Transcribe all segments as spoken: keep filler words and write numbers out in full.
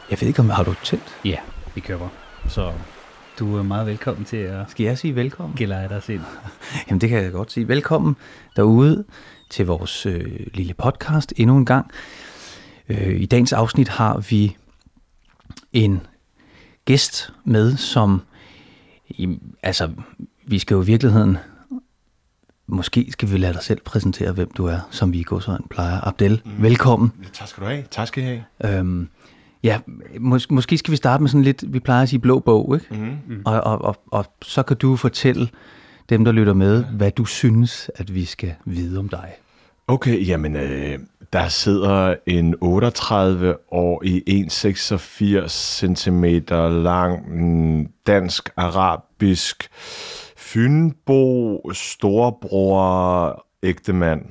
Jeg ved ikke, om har du tændt? Ja, vi kører. Så du er meget velkommen til at... Skal jeg sige velkommen? Gelejde dig ind. Jamen, det kan jeg godt sige. Velkommen derude til vores øh, lille podcast endnu en gang. Øh, I dagens afsnit har vi en gæst med, som... I, altså, vi skal jo i virkeligheden... Måske skal vi lade dig selv præsentere, hvem du er, som vi i godsøjne plejer. Abdel, mm. velkommen. Tak skal du have. Tak skal I have. Øhm, ja, mås- måske skal vi starte med sådan lidt, vi plejer at sige blå bog, ikke? Mm-hmm. Og, og, og, og så kan du fortælle dem, der lytter med, hvad du synes, at vi skal vide om dig. Okay, jamen, øh, der sidder en otteogtredive år i en komma seksogfirs centimeter lang dansk-arabisk Fynbo storebror ægtemand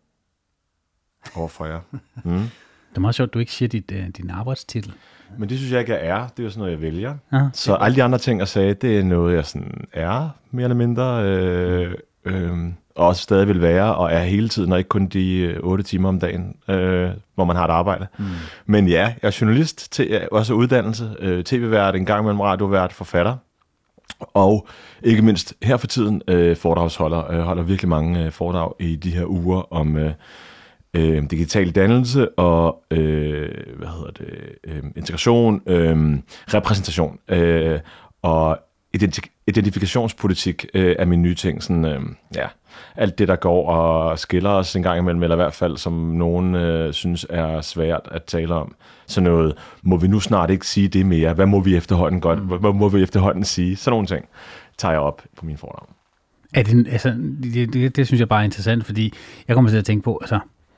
overfor jer. Mm. Det er meget sjovt, at du ikke siger dit, uh, din arbejdstitel. Men det synes jeg ikke, jeg er. Det er jo sådan noget, jeg vælger. Ja, så alle de andre ting, jeg sagde, det er noget, jeg sådan er, mere eller mindre, øh, øh, og også stadig vil være, og er hele tiden, og ikke kun de øh, otte timer om dagen, øh, hvor man har et arbejde. Mm. Men ja, jeg er journalist, til, også uddannelse, øh, tv-vært, en gang imellem radiovært, forfatter, og ikke mindst her for tiden øh, foredragsholder, øh, holder virkelig mange øh, foredrag i de her uger om øh, øh, digital dannelse og øh, hvad hedder det, øh, integration, øh, repræsentation øh, og identi- identifikationspolitik øh, er min nye ting. Sådan, øh, ja, alt det, der går og skiller os en gang imellem, eller i hvert fald som nogen øh, synes er svært at tale om. Så noget, må vi nu snart ikke sige det mere? Hvad må vi efterhånden godt? Hvad må vi efterhånden sige? Sådan nogle ting tager jeg op på min fornavn. Er det, altså, det, det, det synes jeg bare er interessant, fordi jeg kommer til at tænke på, altså,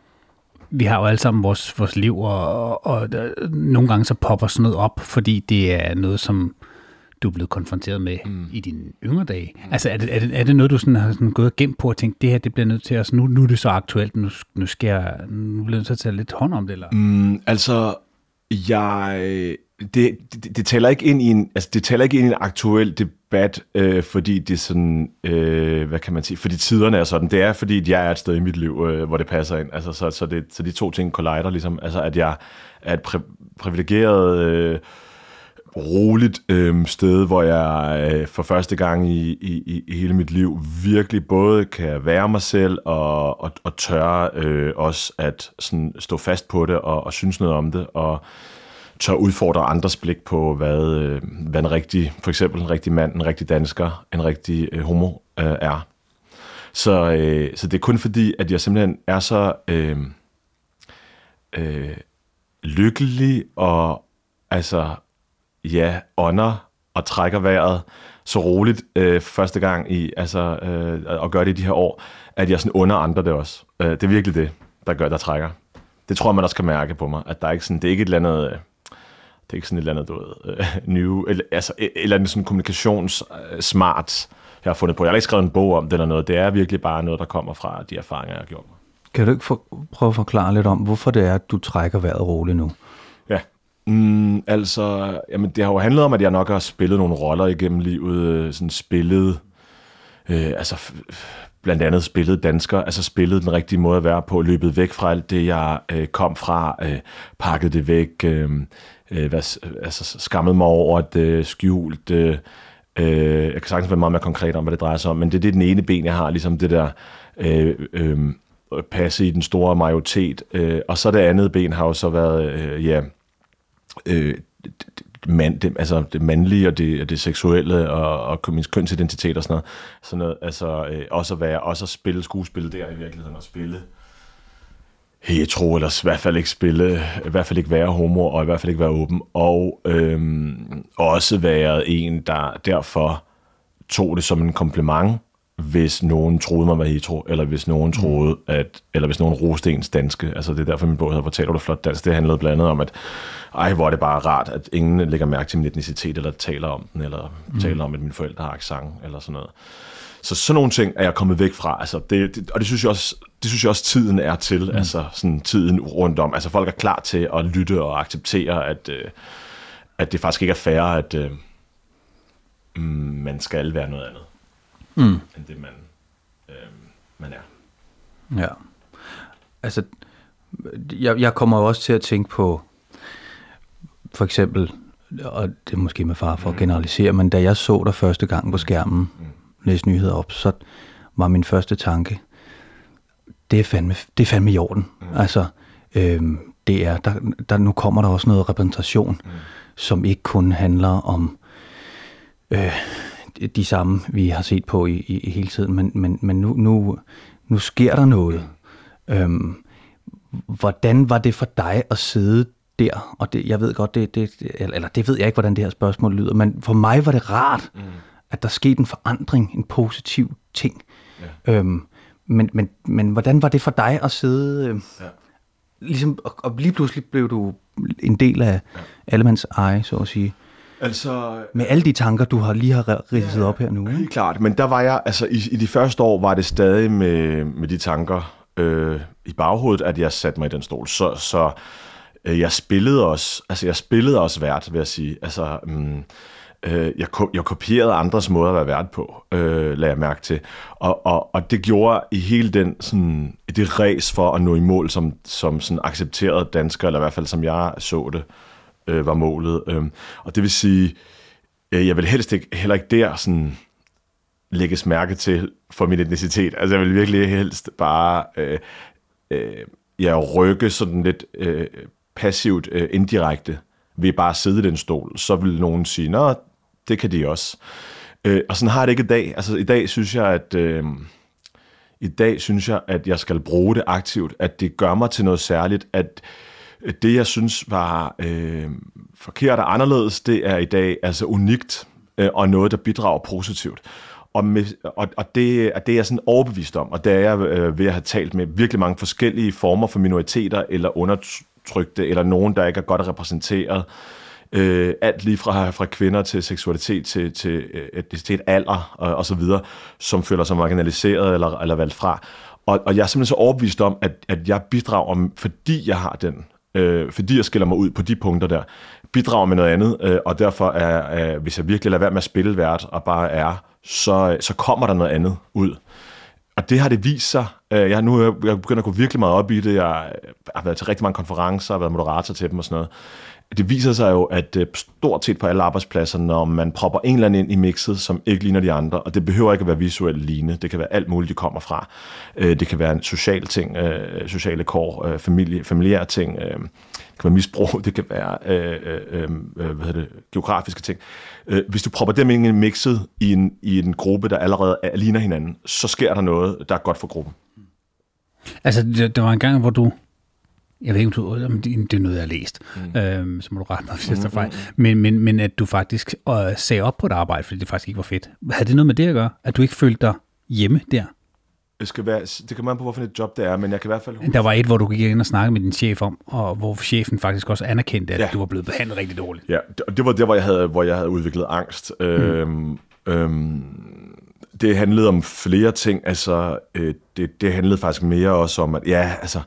vi har jo alle sammen vores, vores liv, og, og, og nogle gange så popper sådan noget op, fordi det er noget, som du er blevet konfronteret med mm. i dine yngre dage. Mm. Altså, er det, er, det, er det noget, du sådan har sådan gået og gemt på og tænkt, det her, det bliver nødt til os, nu, nu er det så aktuelt, nu, nu skal jeg, nu bliver jeg nødt til at tage lidt hånd om det, eller? Mm, altså, jeg... Det, det, det taler ikke ind i en, altså det taler ikke ind i en aktuel debat, øh, fordi det er sådan, øh, hvad kan man sige, fordi tiderne er sådan. Det er fordi, jeg er et sted i mit liv, øh, hvor det passer ind. Altså, så, så, det, så de to ting collider ligesom. Altså, at jeg er et pri- privilegeret, øh, roligt øh, sted, hvor jeg øh, for første gang i, i, i hele mit liv virkelig både kan være mig selv og, og, og tørre øh, også at sådan, stå fast på det og, og synes noget om det, og tør udfordre andres blik på, hvad, hvad en rigtig, for eksempel en rigtig mand, en rigtig dansker, en rigtig øh, homo øh, er. Så, øh, så det er kun fordi, at jeg simpelthen er så øh, øh, lykkelig og altså, ja, ånder og trækker vejret så roligt øh, første gang i, altså, øh, og gør det i de her år, at jeg sådan under andre det også. Øh, det er virkelig det, der gør, der trækker. Det tror jeg, man også kan mærke på mig, at der er ikke sådan, det er ikke et eller andet... Øh, Det er ikke sådan et eller andet, du ved, øh, new, eller, altså et eller andet sådan kommunikations-smart, jeg har fundet på. Jeg har ikke skrevet en bog om det eller noget. Det er virkelig bare noget, der kommer fra de erfaringer, jeg har gjort mig. Kan du ikke for, prøve at forklare lidt om, hvorfor det er, at du trækker vejret roligt nu? Ja, mm, altså, jamen, det har jo handlet om, at jeg nok har spillet nogle roller igennem livet, sådan spillet, øh, altså blandt andet spillet dansker, altså spillet den rigtige måde at være på, løbet væk fra alt det, jeg øh, kom fra, øh, pakket det væk, øh, øh, hvad, altså skammet mig over det, øh, skjult, øh, øh, jeg kan sagtens være meget mere konkret om, hvad det drejer sig om, men det, det er den ene ben, jeg har, ligesom det der øh, øh, passe i den store majoritet, øh, og så det andet ben har jo så været, øh, ja, øh, Man, det, altså det mandlige og det, det seksuelle og, og min kønsidentitet og sådan noget, sådan noget altså øh, også at være, også at spille skuespil der i virkeligheden, og spille hetero, eller i hvert fald ikke spille, i hvert fald ikke være homo, og i hvert fald ikke være åben, og øhm, også være en, der derfor tog det som en kompliment, hvis nogen troede mig var hetero, eller hvis nogen troede, at, eller hvis nogen roste ens danske. Altså det er derfor, min bog hedder, Fortæller du flot dansk. Det handlede blandt andet om, at ej, hvor er det bare rart, at ingen lægger mærke til min etnicitet, eller taler om den, eller mm. taler om, at mine forældre har accent, eller sådan noget. Så sådan nogle ting er jeg kommet væk fra, altså det, det, og det synes jeg også, det synes jeg også tiden er til, mm. altså sådan tiden rundt om. Altså folk er klar til at lytte og acceptere, at, øh, at det faktisk ikke er fair, at øh, mm, man skal være noget andet. Mm. end det, man, øh, man er. Ja. Altså, jeg, jeg kommer jo også til at tænke på, for eksempel, og det er måske med far for at generalisere, men da jeg så dig første gang på skærmen, læse nyheder op, så var min første tanke, det er fandme, det er fandme i orden. Mm. Altså, øhm, det er, der, der, nu kommer der også noget repræsentation, mm. som ikke kun handler om øh, de samme, vi har set på i, i, i hele tiden, men, men, men nu, nu, nu sker der noget. Mm. Øhm, hvordan var det for dig at sidde der? Og det, jeg ved godt, det, det, eller det ved jeg ikke, hvordan det her spørgsmål lyder, men for mig var det rart, mm. at der skete en forandring, en positiv ting. Ja. Øhm, men, men, men hvordan var det for dig at sidde, øh, ja. ligesom, og, og lige pludselig blev du en del af ja. allemands eje, så at sige? Altså, med alle de tanker, du har lige har ridset ja, op her nu. Helt klart, men der var jeg, altså i, i de første år var det stadig med, med de tanker øh, i baghovedet, at jeg satte mig i den stol. Så, så øh, jeg spillede også, altså jeg spillede også vært, vil jeg sige. Altså, mm, øh, jeg, jeg kopierede andres måder at være vært på, øh, lagde jeg mærke til. Og, og, og det gjorde i hele den, sådan, det ræs for at nå i mål som, som sådan accepteret dansker, eller i hvert fald som jeg så det, øh, var målet. Øh, og det vil sige, øh, jeg vil helst ikke, heller ikke der sådan lægges mærke til for min etnicitet. Altså jeg vil virkelig helst bare øh, øh, jeg rykke sådan lidt øh, passivt, øh, indirekte ved bare at sidde i den stol. Så vil nogen sige, nå, det kan de også. Øh, og sådan har jeg det ikke i dag. Altså i dag synes jeg, at øh, i dag synes jeg, at jeg skal bruge det aktivt, at det gør mig til noget særligt, at det, jeg synes var øh, forkert og anderledes, det er i dag altså unikt øh, og noget, der bidrager positivt. Og, med, og, og det, det er jeg sådan overbevist om, og det er jeg øh, ved at have talt med virkelig mange forskellige former for minoriteter eller undertrykte, eller nogen, der ikke er godt repræsenteret. Øh, alt lige fra, fra kvinder til seksualitet, til, til etnicitet, alder og, og så videre, som føler sig marginaliseret eller, eller valgt fra. Og, og jeg er simpelthen så overbevist om, at, at jeg bidrager, fordi jeg har den, øh, fordi jeg skiller mig ud på de punkter der, bidrager med noget andet, øh, og derfor er, øh, hvis jeg virkelig lader være med at spille vært og bare er, så, så kommer der noget andet ud. Og det har det vist sig. Jeg, nu jeg begynder at gå virkelig meget op i det. Jeg har været til rigtig mange konferencer, har været moderator til dem og sådan noget. Det viser sig jo, at stort set på alle arbejdspladser, når man propper en eller anden ind i mixet, som ikke ligner de andre, og det behøver ikke at være visuelt lignende, det kan være alt muligt, de kommer fra. Det kan være en social ting, sociale kår, familie, familiære ting, det kan være misbrug, det kan være øh, øh, øh, hvad hedder det, geografiske ting. Hvis du propper dem ind i mixet i en, i en gruppe, der allerede er, ligner hinanden, så sker der noget, der er godt for gruppen. Altså, der var en gang, hvor du, jeg ved ikke, om du, det er noget, jeg har læst, mm. øhm, så må du rette mig, hvis jeg tager fejl, men, men, men at du faktisk øh, sagde op på et arbejde, fordi det faktisk ikke var fedt. Havde det noget med det at gøre? At du ikke følte dig hjemme der? Det, skal være, det kan man på, hvorfor et job det er, men jeg kan i hvert fald huske. Der var et, hvor du gik ind og snakkede med din chef om, og hvor chefen faktisk også anerkendte, at ja. du var blevet behandlet rigtig dårligt. Ja, det, det var der, hvor jeg havde, hvor jeg havde udviklet angst. Mm. Øhm, øhm, det handlede om flere ting. Altså, øh, det, det handlede faktisk mere også om, at ja, altså,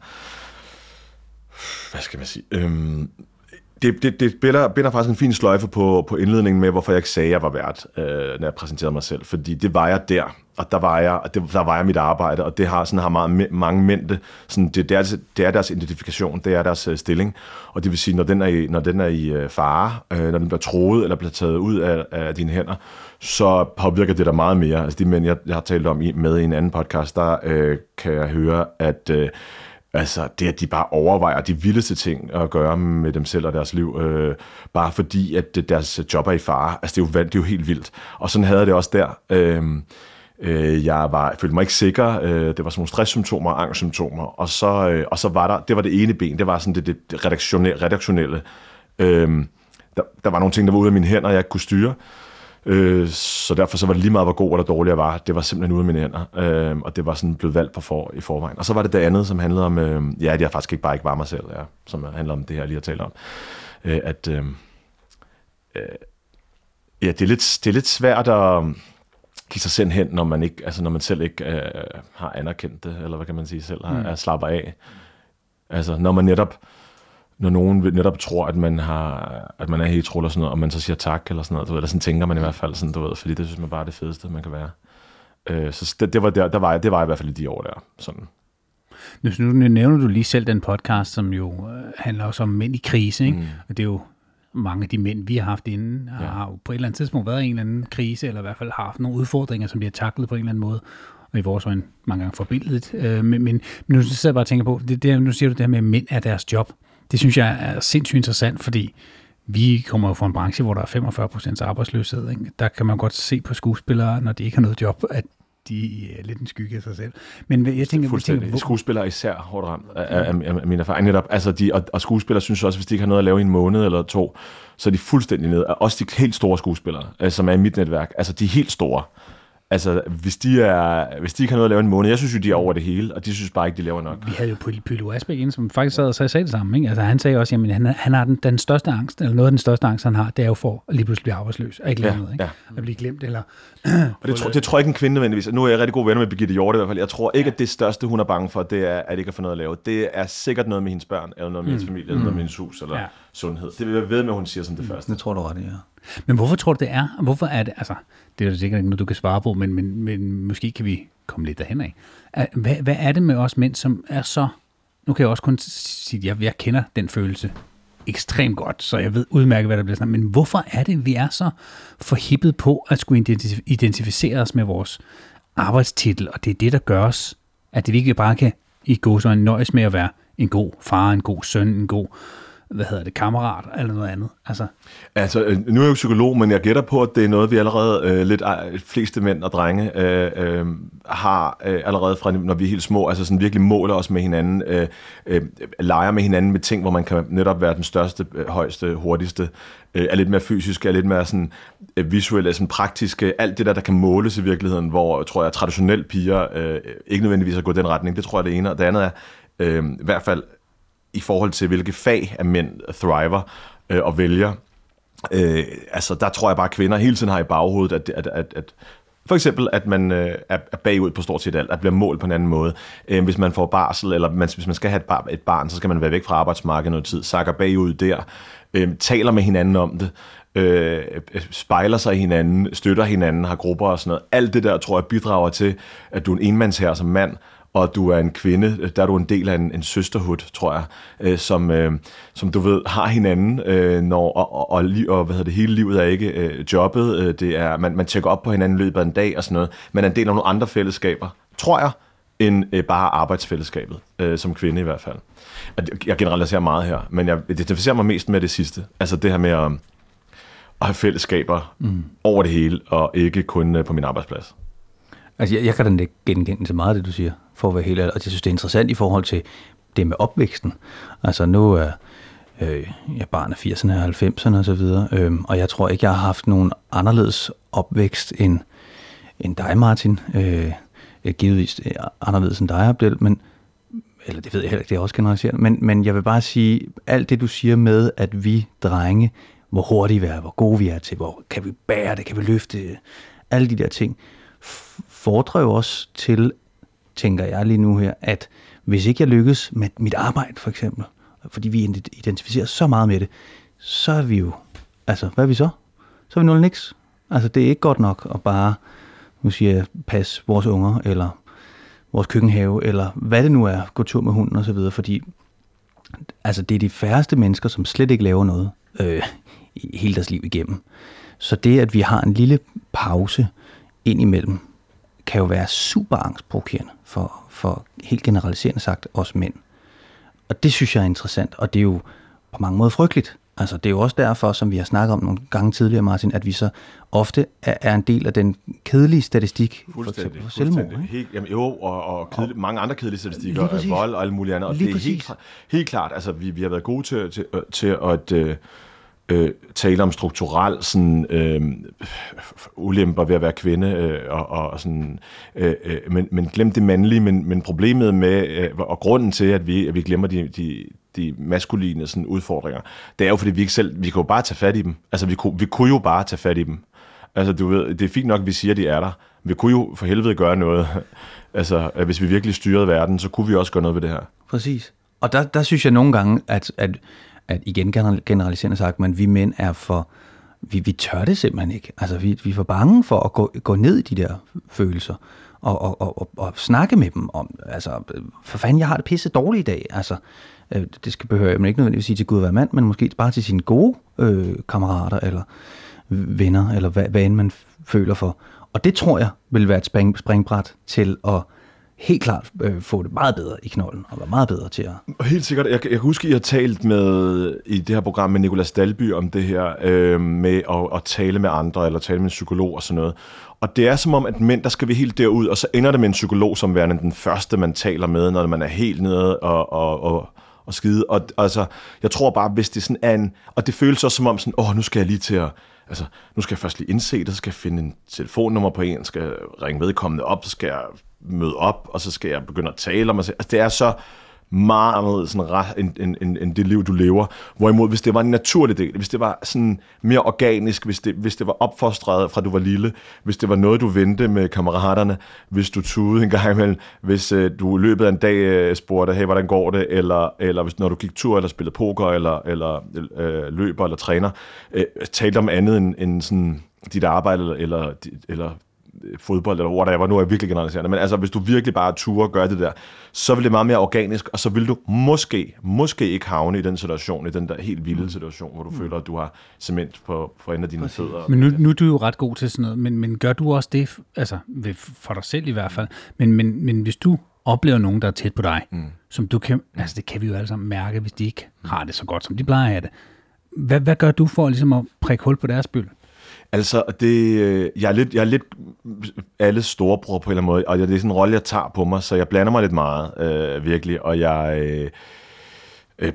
hvad skal man sige? Øhm, det det, det binder, binder faktisk en fin sløjfe på, på indledningen med, hvorfor jeg ikke sagde, at jeg var vært, øh, når jeg præsenterede mig selv. Fordi det var jeg der, og der var jeg, og det, der var jeg mit arbejde, og det har sådan har meget, mange mænd det. Sådan, det, det, er, det er deres identifikation, det er deres uh, stilling. Og det vil sige, når den er i, når den er i uh, fare, øh, når den bliver troet eller bliver taget ud af, af dine hænder, så påvirker det der meget mere. Altså de mænd, jeg, jeg har talt om i, med i en anden podcast, der øh, kan jeg høre, at øh, altså det, at de bare overvejer de vildeste ting at gøre med dem selv og deres liv, øh, bare fordi, at deres job er i fare. Altså det er jo, det er jo helt vildt. Og sådan havde jeg det også der. Øh, øh, jeg var, jeg følte mig ikke sikker. Øh, det var sådan nogle stresssymptomer og angstsymptomer. Og så, øh, og så var der, det var det ene ben, det var sådan det, det redaktionelle. redaktionelle. Øh, der, der var nogle ting, der var ude af mine hænder, jeg ikke kunne styre. Øh, så derfor så var det lige meget, hvor god eller dårlig jeg var. Det var simpelthen ude af mine hænder, øh, og det var sådan blevet valgt på for, i forvejen. Og så var det det andet, som handlede om, øh, ja, at jeg faktisk ikke bare ikke var mig selv, ja, som handler om det her, jeg lige har talt om. Øh, at, øh, øh, ja, det er, lidt, det er lidt svært at kigge sig selv hen, når man, ikke, altså, når man selv ikke øh, har anerkendt det, eller hvad kan man sige, selv har, mm. er slapper af. Altså, når man netop når nogen netop tror, at man har, at man er hetero eller sådan noget, og man så siger tak eller sådan noget, du ved, eller sådan tænker man i hvert fald sådan, du ved, fordi det synes man bare er det fedeste, man kan være. Øh, så det, det var der, der var, det var i hvert fald i de år der, sådan. Nu nævner du lige selv den podcast, som jo øh, handler også om mænd i krise, ikke? Mm. Og det er jo mange af de mænd, vi har haft inde, har, ja. har på et eller andet tidspunkt været i en eller anden krise, eller i hvert fald har haft nogle udfordringer, som bliver taklet på en eller anden måde, og i vores øjne mange gange forbilledet. Øh, men, men nu sidder jeg bare og tænker på, det, det, nu siger du det her med, at mænd er deres job. Det synes jeg er sindssygt interessant, fordi vi kommer jo fra en branche, hvor der er femogfyrre procent arbejdsløshed. Ikke? Der kan man godt se på skuespillere, når de ikke har noget job, at de er lidt en skygge af sig selv. Men jeg tænker, fuldstændig. tænker, hvor... Skuespillere især hårdt ramt af, af, af min erfaring netop. Altså de, og, og skuespillere synes også, hvis de ikke har noget at lave i en måned eller to, så er de fuldstændig nede. Også de helt store skuespillere, som er i mit netværk. Altså de helt store. Altså, hvis de, er, hvis de ikke har noget at lave en måned, jeg synes jo, de er over det hele, og de synes bare ikke, de laver nok. Vi havde jo Pylo Asbæk inde, som faktisk sad og sagde det samme. Ikke? Altså, han sagde også, at han, han har den, den største angst, eller noget af den største angst, han har, det er jo for at lige pludselig blive arbejdsløs, og ikke lave ja, noget. Ikke? Ja. At blive glemt, eller... og det, tro, det tror jeg ikke en kvinde nødvendigvis. Nu er jeg rigtig god venner med Birgitte Hjorte i hvert fald. Jeg tror ikke, at det største, hun er bange for, det er, at ikke at få noget at lave. Det er sikkert noget med hendes børn, eller noget med hendes familie, mm. eller noget med hendes hus, eller ja. sundhed. Det vil jeg ved med, hun siger som det mm. første. Det tror du ret, ja. Men hvorfor tror du, det er? Hvorfor er det? Altså, det er jo sikkert ikke noget, du kan svare på, men, men, men måske kan vi komme lidt derhen af. Hvad, hvad er det med os mænd, som er så... Nu kan jeg også kun sige, at jeg, jeg kender den følelse ekstremt godt, så jeg ved udmærket, hvad der bliver snart. Men hvorfor er det, vi er så forhippet på at skulle identificere os med vores arbejdstitel, og det er det, der gør os, at det virkelig bare kan i gå så en nøjes med at være en god far, en god søn, en god... hvad hedder det, kammerat, eller noget andet? Altså, altså nu er jeg jo psykolog, men jeg gætter på, at det er noget, vi allerede, øh, lidt øh, fleste mænd og drenge, øh, øh, har øh, allerede fra, når vi er helt små, altså sådan virkelig måler os med hinanden, øh, øh, leger med hinanden med ting, hvor man kan netop være den største, øh, højeste, hurtigste, øh, er lidt mere fysisk, er lidt mere sådan øh, visuelle, sådan praktiske, alt det der, der kan måles i virkeligheden, hvor, tror jeg, traditionelt piger øh, ikke nødvendigvis har gået den retning. Det tror jeg, det ene. Og det andet er, øh, i hvert fald, i forhold til, hvilke fag af mænd thriver øh, og vælger. Øh, altså, der tror jeg bare, at kvinder hele tiden har i baghovedet, at, at, at, at for eksempel, at man øh, er bagud på stort set alt, at bliver målt på en anden måde. Øh, hvis man får barsel, eller man, hvis man skal have et, bar, et barn, så skal man være væk fra arbejdsmarkedet noget tid, sakker bagud der, øh, taler med hinanden om det, øh, spejler sig i hinanden, støtter hinanden, har grupper og sådan noget. Alt det der, tror jeg, bidrager til, at du er en enmandsherre som mand, og du er en kvinde, der er du en del af en, en søsterhood, tror jeg, øh, som, øh, som du ved, har hinanden, øh, når, og, og, og, og hvad hedder det, hele livet er ikke øh, jobbet, øh, det er, man, man tjekker op på hinanden i løbet af en dag og sådan noget, man er en del af nogle andre fællesskaber, tror jeg, end øh, bare arbejdsfællesskabet, øh, som kvinde i hvert fald. Jeg generaliserer meget her, men jeg identificerer mig mest med det sidste, altså det her med at, at have fællesskaber mm. over det hele, og ikke kun øh, på min arbejdsplads. Altså, jeg, jeg kan da ikke genkende til meget af det, du siger, for at være helt ærlig. Og jeg synes, det er interessant i forhold til det med opvæksten. Altså, nu er øh, jeg barn af firserne og halvfemserne og så videre, øh, og jeg tror ikke, jeg har haft nogen anderledes opvækst end, end dig, Martin. Øh, givetvis anderledes end dig, Abdel, men, eller det ved jeg heller ikke, det er også generaliseret, men, men jeg vil bare sige, alt det, du siger med, at vi drenge, hvor hurtige vi er, hvor gode vi er til, hvor kan vi bære det, kan vi løfte, alle de der ting, fordrer jo også til, tænker jeg lige nu her, at hvis ikke jeg lykkes med mit arbejde, for eksempel, fordi vi identificerer så meget med det, så er vi jo, altså, hvad er vi så? Så er vi nul niks. Altså, det er ikke godt nok at bare, nu siger jeg, passe vores unger, eller vores køkkenhave, eller hvad det nu er, gå tur med hunden og så videre, fordi altså, det er de færreste mennesker, som slet ikke laver noget øh, hele deres liv igennem. Så det, at vi har en lille pause ind imellem, kan jo være super angstprovokerende for, for helt generaliserende sagt os mænd. Og det synes jeg er interessant, og det er jo på mange måder frygteligt. Altså, det er jo også derfor, som vi har snakket om nogle gange tidligere, Martin, at vi så ofte er, er en del af den kedelige statistik for, for selvmord. Helt, jamen, jo, og, og kedelig, mange andre kedelige statistikker, og vold og alt muligt andet. Og lige det er helt, helt klart, altså vi, vi har været gode til, til, til at øh, øh, tale om strukturel sådan, øh, ulemper ved at være kvinde, øh, og, og sådan, øh, øh, men, men glem det mandlige, men, men problemet med, øh, og grunden til, at vi, at vi glemmer de, de de maskuline sådan, udfordringer, det er jo, fordi vi ikke selv, vi kan jo bare tage fat i dem. Altså, vi kunne, vi kunne jo bare tage fat i dem. Altså, du ved, det er fint nok, at vi siger, at de er der. Vi kunne jo for helvede gøre noget. Altså, hvis vi virkelig styrede verden, så kunne vi også gøre noget ved det her. Præcis. Og der, der synes jeg nogle gange, at, at, at igen generaliserende sagt, men vi mænd er for, vi, vi tør det simpelthen ikke. Altså, vi, vi er for bange for at gå, gå ned i de der følelser. og, og, og, og, og snakke med dem om, altså, for fanden, jeg har det pisse dårligt i dag, altså, øh, det skal behøve man ikke nødvendigvis sige til Gud være mand, men måske bare til sine gode øh, kammerater, eller venner, eller hvad, hvad end man føler for. Og det tror jeg vil være et spring, springbræt til at helt klart øh, få det meget bedre i knolden, og være meget bedre til at... Helt sikkert. Jeg, jeg kan huske, at I har talt med, i det her program med Nicolas Dalby om det her, øh, med at, at tale med andre, eller tale med en psykolog og sådan noget. Og det er som om, at mænd, der skal vi helt derud, og så ender det med en psykolog som værende den første, man taler med, når man er helt nede og, og, og, og skide. Og altså, jeg tror bare, hvis det sådan er en... Og det føles også som om sådan, åh, nu skal jeg lige til at... Altså, nu skal jeg først lige indse det, så skal jeg finde en telefonnummer på en, skal ringe vedkommende op, så skal jeg møde op, og så skal jeg begynde at tale om mig selv. Altså, det er så meget anderledes end, end, end, end det liv, du lever. Hvorimod, hvis det var en naturlig del, hvis det var sådan mere organisk, hvis det, hvis det var opfostret fra du var lille, hvis det var noget, du vendte med kammeraterne, hvis du tudede en gang imellem, hvis øh, du i løbet af en dag øh, spurgte, hey, hvordan går det, eller, eller hvis, når du gik tur, eller spillede poker, eller, eller øh, løber, eller træner, øh, talte om andet end, end sådan dit arbejde, eller, eller, eller fodbold, eller whatever, nu er jeg virkelig generaliserende, men altså, hvis du virkelig bare turer og gør det der, så vil det meget mere organisk, og så vil du måske, måske ikke havne i den situation, i den der helt vilde situation, hvor du mm. føler, at du har cement på, på enden af dine fødder. Men nu, nu er du jo ret god til sådan noget, men, men gør du også det, altså for dig selv i hvert fald, men, men, men hvis du oplever nogen, der er tæt på dig, mm. som du kan, altså det kan vi jo alle sammen mærke, hvis de ikke har det så godt, som de plejer at have det. Hvad, hvad gør du for ligesom at prikke hul på deres byld? Altså, det, jeg, er lidt, jeg er lidt alles storebror på en eller anden måde, og det er sådan en rolle, jeg tager på mig, så jeg blander mig lidt meget, øh, virkelig, og jeg... Øh, øh,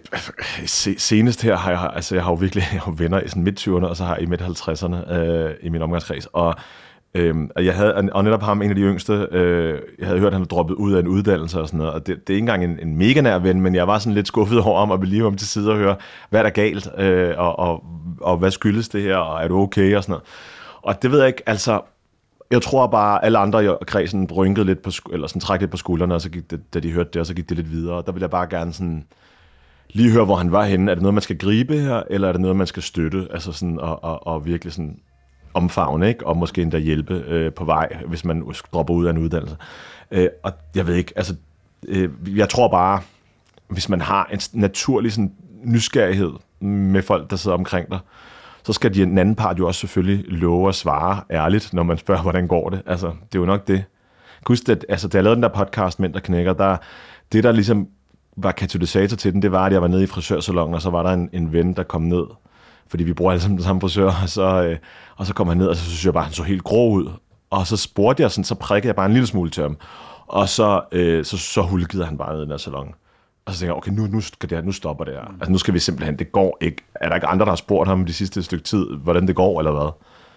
senest her har jeg, altså jeg har jo virkelig jeg har venner i sådan midt-tyverne, og så har jeg i midt-halvtredserne øh, i min omgangskreds, og Øhm, og jeg havde, og netop ham, en af de yngste, øh, jeg havde hørt, at han var droppet ud af en uddannelse og sådan noget, og det, det er ikke engang en, en mega nær ven, men jeg var sådan lidt skuffet over ham, og ville lige om til side og høre, hvad er der galt, øh, og, og, og hvad skyldes det her, og er du okay, og sådan noget. Og det ved jeg ikke, altså, jeg tror bare, alle andre i kredsen rynkede lidt på, eller sådan træk lidt på skuldrene, og så gik det, da de hørte det, og så gik det lidt videre, og der ville jeg bare gerne sådan lige høre, hvor han var henne. Er det noget, man skal gribe her, eller er det noget, man skal støtte, altså sådan, og, og, og virkelig sådan omfavne, ikke? Og måske endda hjælpe øh, på vej, hvis man dropper ud af en uddannelse. Øh, og jeg ved ikke, altså, øh, jeg tror bare, hvis man har en naturlig sådan, nysgerrighed med folk, der sidder omkring dig, så skal de den anden part jo også selvfølgelig love at svare ærligt, når man spørger, hvordan går det. Altså, det er jo nok det. Jeg kan huske, at altså, da jeg lavede den der podcast, Mænd der knækker, der, det der ligesom var katalysator til den, det var, at jeg var nede i frisørsalongen, og så var der en, en ven, der kom ned, fordi vi bruger alle sammen den samme frisør, og så, øh, og så kom han ned, og så synes jeg bare, han så helt grå ud. Og så spurgte jeg sådan, så prikkede jeg bare en lille smule til ham. Og så, øh, så, så hulkede han bare ned i den her salon. Og så tænkte jeg, okay, nu, nu, skal det her, nu stopper det her. Altså nu skal vi simpelthen, det går ikke. Er der ikke andre, der har spurgt ham de sidste stykke tid, hvordan det går, eller hvad?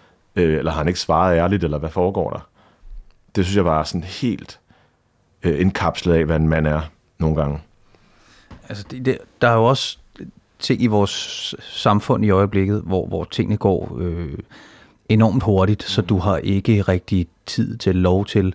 Øh, eller har han ikke svaret ærligt, eller hvad foregår der? Det synes jeg var sådan helt øh, indkapslet af, hvad en mand er nogle gange. Altså, det, det, der er jo også ting i vores samfund i øjeblikket, hvor, hvor tingene går øh, enormt hurtigt, så du har ikke rigtig tid til, lov til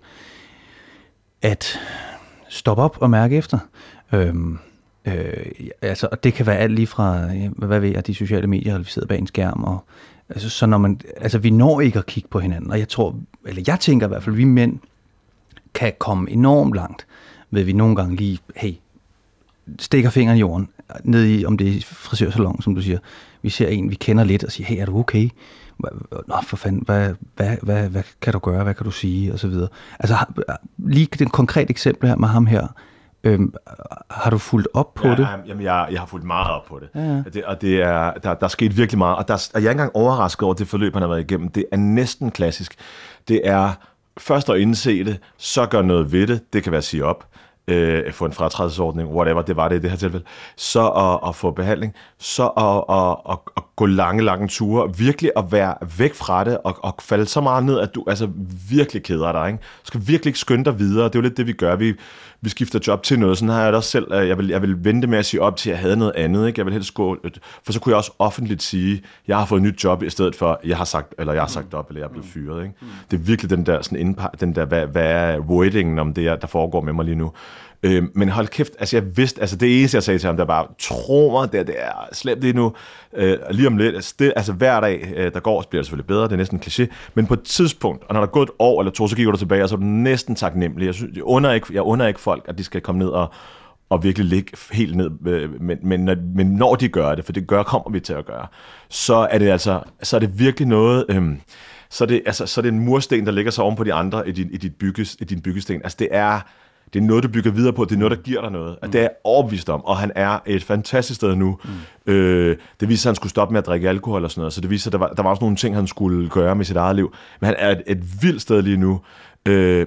at stoppe op og mærke efter. Øhm, øh, altså, og det kan være alt lige fra, hvad ved jeg, de sociale medier, eller vi sidder bag en skærm, og altså, så når man, altså vi når ikke at kigge på hinanden, og jeg tror, eller jeg tænker i hvert fald, vi mænd kan komme enormt langt, ved vi nogle gange lige, hey, stikker fingeren i jorden, ned i, om det er frisørsalon, som du siger. Vi ser en, vi kender lidt, og siger, hey, er du okay? Nå, for fanden, hvad, hvad, hvad, hvad kan du gøre? Hvad kan du sige? Og så videre. Altså, lige den konkrete eksempel her med ham her, øhm, har du fulgt op på ja, det? Jamen, jeg, jeg har fulgt meget op på det. Ja, ja. det og det er, der, der er sket virkelig meget, og, der, og jeg er ikke engang overrasket over det forløb, han har været igennem. Det er næsten klassisk. Det er først at indse det, så gør noget ved det. Det kan være at sige op. Øh, få en fratrædelsesordning, whatever, det var det i det her tilfælde, så at, at få behandling, så at, at, at, at gå lange, lange ture, virkelig at være væk fra det, og, og falde så meget ned, at du altså virkelig keder dig, ikke? Du skal virkelig ikke skynde dig videre, det er jo lidt det, vi gør. Vi, vi skifter job til noget. Sådan har jeg det også selv. Jeg vil, jeg vil vente med at sige op til, at jeg havde noget andet. Ikke? Jeg vil helst gå, for så kunne jeg også offentligt sige, jeg har fået et nyt job, i stedet for, jeg har sagt, eller jeg har sagt op, eller jeg er blevet fyret. Ikke? Det er virkelig den der, sådan indpa- den der hvad, hvad er wordingen om det, der foregår med mig lige nu. Øh, men hold kæft, altså jeg vidste, altså det eneste, jeg sagde til ham, der bare, tro mig, det, det er slemt det nu, øh, lige om lidt, altså, det, altså hver dag, øh, der går, bliver det selvfølgelig bedre, det er næsten en kliché, men på et tidspunkt, og når der er gået et år eller to, så kigger du tilbage, og så er du næsten taknemmelig. Jeg, synes, jeg, under ikke, jeg under ikke folk, at de skal komme ned og, og virkelig ligge helt ned, øh, men, men, når, men når de gør det, for det gør, kommer vi til at gøre, så er det altså, så er det virkelig noget, øh, så er det, altså, så er det en mursten, der ligger så oven på de andre i din, i dit bygges, i din byggesten. Altså det er, det er noget, du bygger videre på. Det er noget, der giver dig noget. Og det er jeg overbevist om. Og han er et fantastisk sted nu. Mm. Øh, det viser, at han skulle stoppe med at drikke alkohol og sådan noget. Så det viser, at der var, der var også nogle ting, han skulle gøre med sit eget liv. Men han er et, et vildt sted lige nu. Øh,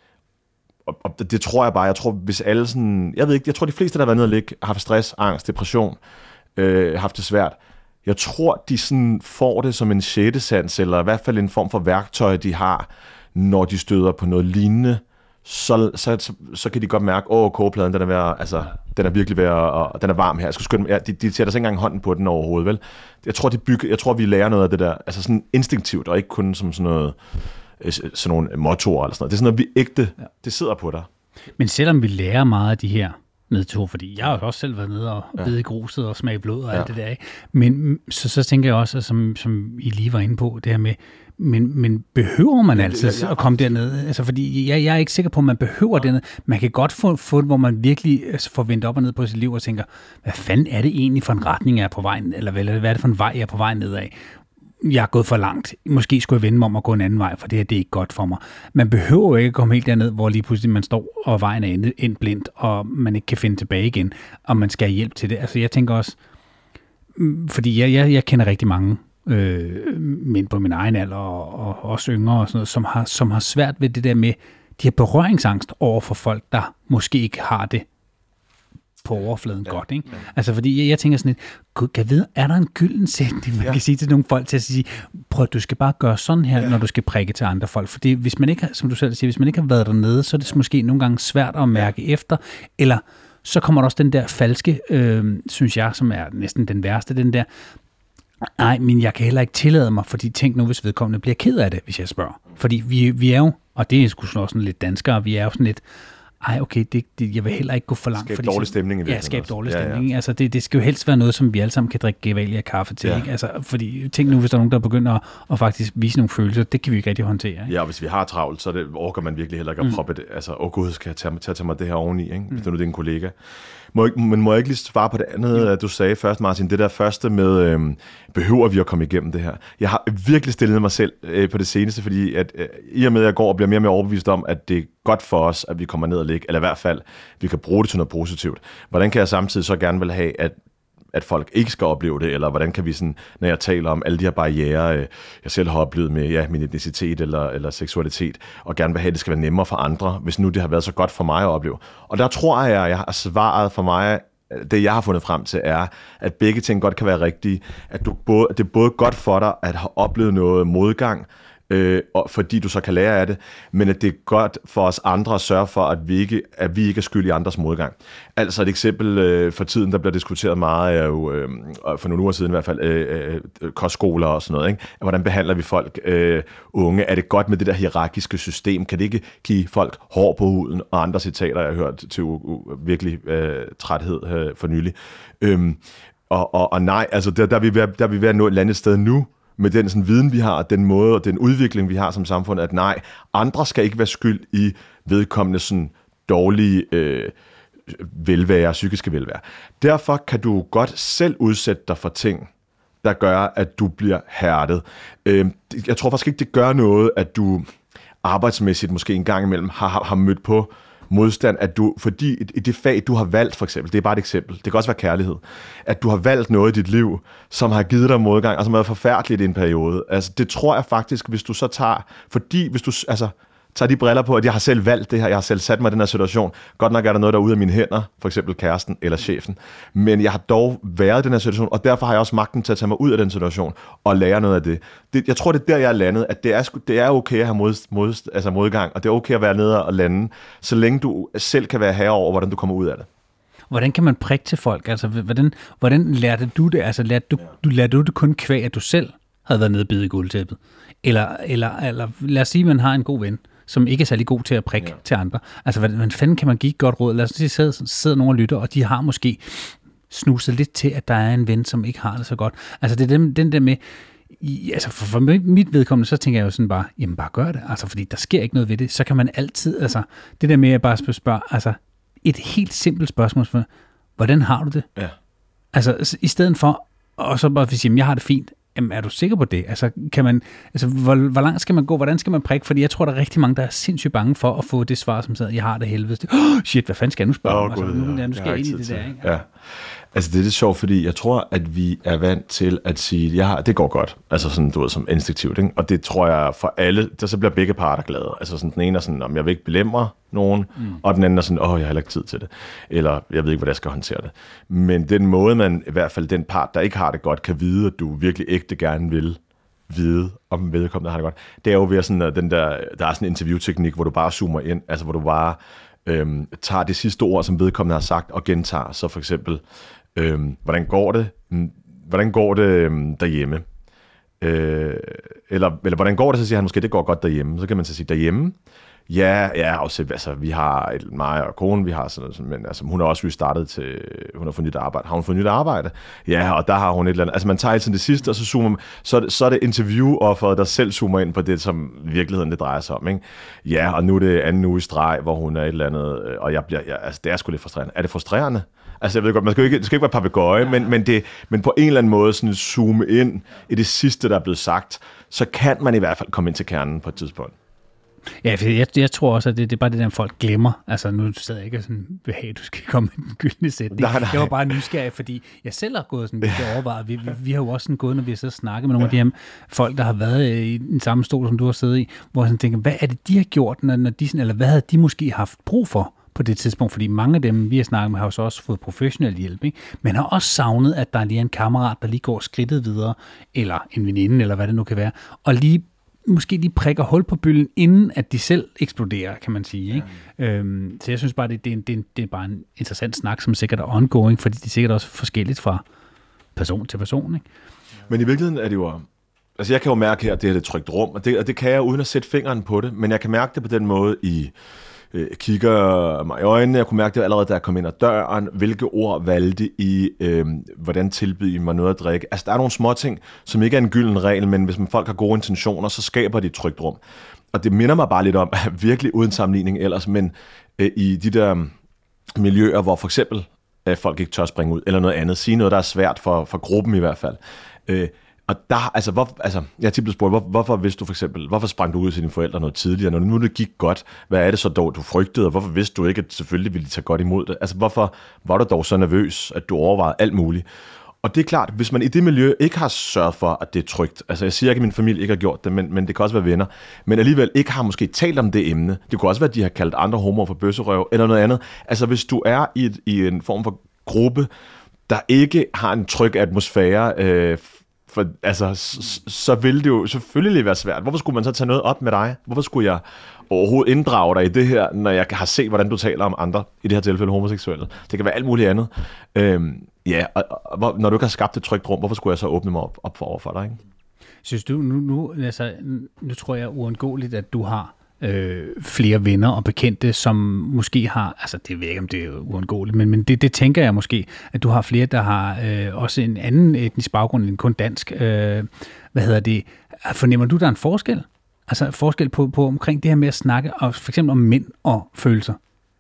og, og det, det tror jeg bare. Jeg tror, hvis alle sådan... Jeg ved ikke, jeg tror, de fleste, der har været nede og ligge, har haft stress, angst, depression, øh, haft det svært. Jeg tror, de sådan får det som en sjette sans, eller i hvert fald en form for værktøj, de har, når de støder på noget lignende. Så, så, så, så kan de godt mærke, åh, kogepladen, den er, ved, altså, den er virkelig ved at, og den er varm her. Jeg skal skynde mig. Ja, de, de sætter sig ikke engang hånden på den overhovedet, vel? Jeg tror, de bygger, jeg tror, vi lærer noget af det der, altså sådan instinktivt, og ikke kun som sådan noget, sådan nogle mottoer eller sådan noget. Det er sådan noget, vi ægte, ja. Det sidder på dig. Men selvom vi lærer meget af de her nedtur, fordi jeg har jo også selv været nede og ja. bide i gruset og smage blod og ja. alt det der, ikke? Men så, så tænker jeg også, som, som I lige var inde på, det her med, Men, men behøver man altså ja, ja, at komme derned? Altså, fordi jeg, jeg er ikke sikker på, at man behøver ja. derned. Man kan godt få, få det, hvor man virkelig altså, får vendt op og ned på sit liv og tænker, hvad fanden er det egentlig for en retning, jeg er på vej, eller hvad er det for en vej, jeg er på vej nedad? Jeg er gået for langt. Måske skulle jeg vende mig om at gå en anden vej, for det her det er ikke godt for mig. Man behøver jo ikke at komme helt derned, hvor lige pludselig man står, og vejen er endt blindt, og man ikke kan finde tilbage igen, og man skal have hjælp til det. Altså, jeg tænker også, fordi jeg, jeg, jeg kender rigtig mange, Øh, men på min egen alder og, og også yngre og sådan noget, som har, som har svært ved det der med, de har berøringsangst over for folk, der måske ikke har det på overfladen ja, godt, ikke? Ja. Altså fordi jeg, jeg tænker sådan lidt, gud, kan jeg vide, er der en gylden sætning, man ja. kan sige til nogle folk til at sige, prøv, du skal bare gøre sådan her, ja. når du skal prikke til andre folk, fordi hvis man ikke, som du selv siger, hvis man ikke har været dernede, så er det ja. måske nogle gange svært at mærke ja. efter, eller så kommer der også den der falske, øh, synes jeg, som er næsten den værste, den der, nej, men jeg kan heller ikke tillade mig, fordi tænk nu, hvis vedkommende bliver ked af det, hvis jeg spørger. Fordi vi, vi er jo, og det er sgu også sådan lidt danskere, vi er jo sådan lidt, ej okay, det, det, jeg vil heller ikke gå for langt. Skab dårlig stemning. Ja, skab dårlig stemning. Ja, ja. Altså det, det skal jo helst være noget, som vi alle sammen kan drikke Gevalia kaffe til. Ja. Ikke? Altså, fordi tænk nu, hvis der er nogen, der begynder at, at faktisk vise nogle følelser, det kan vi ikke rigtig håndtere. Ikke? Ja, og hvis vi har travlt, så det, orker man virkelig heller ikke at mm. proppe det. Altså, åh gud, skal jeg tage, tage, tage mig det her oveni, ikke? Hvis mm. nu det er en kollega. Må jeg, men må jeg ikke lige svare på det andet, mm. du sagde først, Martin? Det der første med, øhm, behøver vi at komme igennem det her? Jeg har virkelig stillet mig selv øh, på det seneste, fordi at, øh, i og med, at jeg går og bliver mere og mere overbevist om, at det er godt for os, at vi kommer ned og ligge, eller i hvert fald, vi kan bruge det til noget positivt. Hvordan kan jeg samtidig så gerne vil have, at at folk ikke skal opleve det, eller hvordan kan vi sådan, når jeg taler om alle de her barrierer, øh, jeg selv har oplevet med ja, min etnicitet eller, eller seksualitet, og gerne vil have, at det skal være nemmere for andre, hvis nu det har været så godt for mig at opleve. Og der tror jeg, jeg har svaret for mig, det jeg har fundet frem til, er, at begge ting godt kan være rigtige, at, du både, at det er både godt for dig at have oplevet noget modgang, Øh, og fordi du så kan lære af det, men at det er godt for os andre at sørge for, at vi ikke, at vi ikke er skyld i andres modgang. Altså et eksempel øh, for tiden, der bliver diskuteret meget, er jo, øh, for nogle uger siden i hvert fald, øh, øh, kostskoler og sådan noget, ikke? Hvordan behandler vi folk, øh, unge? Er det godt med det der hierarkiske system? Kan det ikke give folk hår på huden? Og andre citater, jeg har hørt til uh, uh, virkelig øh, træthed øh, for nylig. Øhm, og, og, og nej, altså der, der, er vi ved, der er vi ved at nå et eller andet sted nu, med den sådan, viden, vi har, den måde og den udvikling, vi har som samfund, at nej, andre skal ikke være skyld i vedkommende sådan dårlige øh, velvære, psykiske velvære. Derfor kan du godt selv udsætte dig for ting, der gør, at du bliver hærdet. Øh, jeg tror faktisk ikke, det gør noget, at du arbejdsmæssigt måske en gang imellem har, har, har mødt på modstand, at du, fordi i det fag, du har valgt for eksempel, det er bare et eksempel, det kan også være kærlighed, at du har valgt noget i dit liv, som har givet dig modgang, og som har været forfærdeligt i en periode. Altså, det tror jeg faktisk, hvis du så tager, fordi hvis du, altså, tager de briller på, at jeg har selv valgt det her, jeg har selv sat mig i den her situation. Godt nok er der noget, der er ude af mine hænder, for eksempel kæresten eller chefen, men jeg har dog været i den her situation, og derfor har jeg også magten til at tage mig ud af den situation og lære noget af det. det jeg tror, det er der, jeg er landet, at det er, det er okay at have mod, mod, altså modgang, og det er okay at være nede og lande, så længe du selv kan være herre over, hvordan du kommer ud af det. Hvordan kan man prikke til folk? Altså, hvordan, hvordan lærte du det? Altså, lærte du, du, lærte du det kun kvæg, at du selv havde været nede og bide i guldtæppet? Eller, eller, eller lad os sige, at man har en god ven, som ikke er særlig god til at prikke ja. til andre. Altså, hvordan fanden kan man give et godt råd? Lad os sige, sidder, sidder nogle og lytter, og de har måske snuset lidt til, at der er en ven, som ikke har det så godt. Altså, det er den, den der med, i, altså for, for mit vedkommende, så tænker jeg jo sådan bare, jamen bare gør det. Altså, fordi der sker ikke noget ved det. Så kan man altid, altså, det der med at bare spørge, altså, et helt simpelt spørgsmål for, hvordan har du det? Ja. Altså, i stedet for, og så bare sige, jamen, jeg har det fint. Jamen, er du sikker på det? Altså, kan man, altså hvor, hvor langt skal man gå? Hvordan skal man prikke? Fordi jeg tror, der er rigtig mange, der er sindssygt bange for at få det svar, som siger, jeg har det helvede. Oh, shit, hvad fanden skal jeg nu spørge oh, om? Altså, nu, ja, nu skal jeg, jeg ind i det der, ikke? Ja. Altså, det er lidt sjovt, fordi jeg tror, at vi er vant til at sige, jeg har, det går godt. Altså sådan, du ved, som instinktivt, ikke? Og det tror jeg for alle, der så bliver begge parter glade. Altså sådan, den ene er sådan, om jeg vil ikke belemre nogen, mm. og den anden er sådan, åh, jeg har heller ikke tid til det. Eller, jeg ved ikke, hvordan jeg skal håndtere det. Men den måde, man, i hvert fald den part, der ikke har det godt, kan vide, at du virkelig ægte gerne vil vide, om vedkommende har det godt. Det er jo ved sådan, den der, der er sådan en interviewteknik, hvor du bare zoomer ind, altså hvor du bare øhm, tager det sidste ord, som vedkommende har sagt, og gentager. Så for eksempel, øhm, hvordan går det? Hvordan går det øhm, derhjemme? Øh, eller, eller hvordan går det, så siger han måske, det går godt derhjemme. Så kan man så sige, derhjemme? Ja, ja, også, altså, vi har et, mig og konen, vi har sådan noget, men altså, hun har også startet til, hun har fået nyt arbejde. Har hun fået nyt arbejde? Ja, og der har hun et eller andet. Altså, man tager altid det sidste, og så zoomer man, så, så er det interviewofferet, der selv zoomer ind på det, som virkeligheden det drejer sig om, ikke? Ja, og nu er det anden uge i streg, hvor hun er et eller andet, og jeg bliver, ja, altså, det er sgu lidt frustrerende. Er det frustrerende? Altså, jeg ved godt, man skal ikke, det skal ikke være papegøje, ja. men, men, det, men på en eller anden måde sådan zoome ind i det sidste, der er blevet sagt, så kan man i hvert fald komme ind til kernen på et tidspunkt. Ja, for jeg, jeg tror også, at det, det er bare det der, folk glemmer. Altså, nu sad jeg ikke og sådan, vil have, du skal komme med den gyldne sætning. Nej, nej. Jeg var bare nysgerrig, fordi jeg selv har gået sådan lidt overvejet. Vi, vi, vi har jo også sådan gået, når vi har siddet og snakket med nogle ja. af de her folk, der har været i den samme stol, som du har siddet i, hvor jeg sådan tænker, hvad er det, de har gjort, når, når de sådan, eller hvad havde de måske haft brug for på det tidspunkt? Fordi mange af dem, vi har snakket med, har jo så også fået professionel hjælp, ikke? Men har også savnet, at der lige er en kammerat, der lige går skridtet videre, eller en veninde, eller hvad det nu kan være, og lige måske lige prikker hul på bølgen, inden at de selv eksploderer, kan man sige. Ikke? Ja. Øhm, så jeg synes bare, det, det, er en, det, er en, det er bare en interessant snak, som sikkert er ongoing, fordi det er sikkert også forskelligt fra person til person. Ikke? Men i virkeligheden er det jo... Altså jeg kan jo mærke her, at det er et trygt rum, og det, og det kan jeg uden at sætte fingeren på det, men jeg kan mærke det på den måde, I øh, kigger mig i øjnene. Jeg kunne mærke det allerede, da jeg kom ind ad døren. Hvilke ord valgte I? Øh, hvordan tilbyder I mig noget at drikke? Altså der er nogle små ting, som ikke er en gylden regel, men hvis man folk har gode intentioner, så skaber de et trygt rum. Og det minder mig bare lidt om, virkelig uden sammenligning ellers, men øh, i de der miljøer, hvor for eksempel øh, folk ikke tør springe ud, eller noget andet, sige noget, der er svært for, for gruppen i hvert fald. Øh, Og der, altså, hvor, altså, jeg er tit blevet spurgt, hvor, hvorfor vidste du for eksempel, hvorfor sprang du ud til dine forældre noget tidligere, når nu det gik godt, hvad er det så dog, du frygtede, og hvorfor vidste du ikke, at selvfølgelig ville de tage godt imod det? Altså, hvorfor var du dog så nervøs, at du overvejede alt muligt? Og det er klart, hvis man i det miljø ikke har sørget for, at det er trygt, altså jeg siger ikke, at min familie ikke har gjort det, men, men det kan også være venner, men alligevel ikke har måske talt om det emne, det kunne også være, at de har kaldt andre homoer for bøsserøv, eller noget andet. Altså, hvis du er i, et, i en form for gruppe, der ikke har en tryg atmosfære, øh, For altså, så, så ville det jo selvfølgelig være svært. Hvorfor skulle man så tage noget op med dig? Hvorfor skulle jeg overhovedet inddrage dig i det her, når jeg har set, hvordan du taler om andre, i det her tilfælde homoseksuelle? Det kan være alt muligt andet. Øhm, ja, og, og når du ikke har skabt et trygt rum, hvorfor skulle jeg så åbne mig op, op for over for dig? Ikke? Synes du, nu, nu, altså, nu tror jeg uundgåeligt, at du har øh, flere venner og bekendte, som måske har, altså det ved jeg ikke, om det er uundgåeligt, men, men det, det tænker jeg måske, at du har flere, der har øh, også en anden etnisk baggrund end kun dansk. Øh, hvad hedder det? Fornemmer du, der er en forskel? Altså forskel på, på omkring det her med at snakke, og for eksempel om mænd og følelser?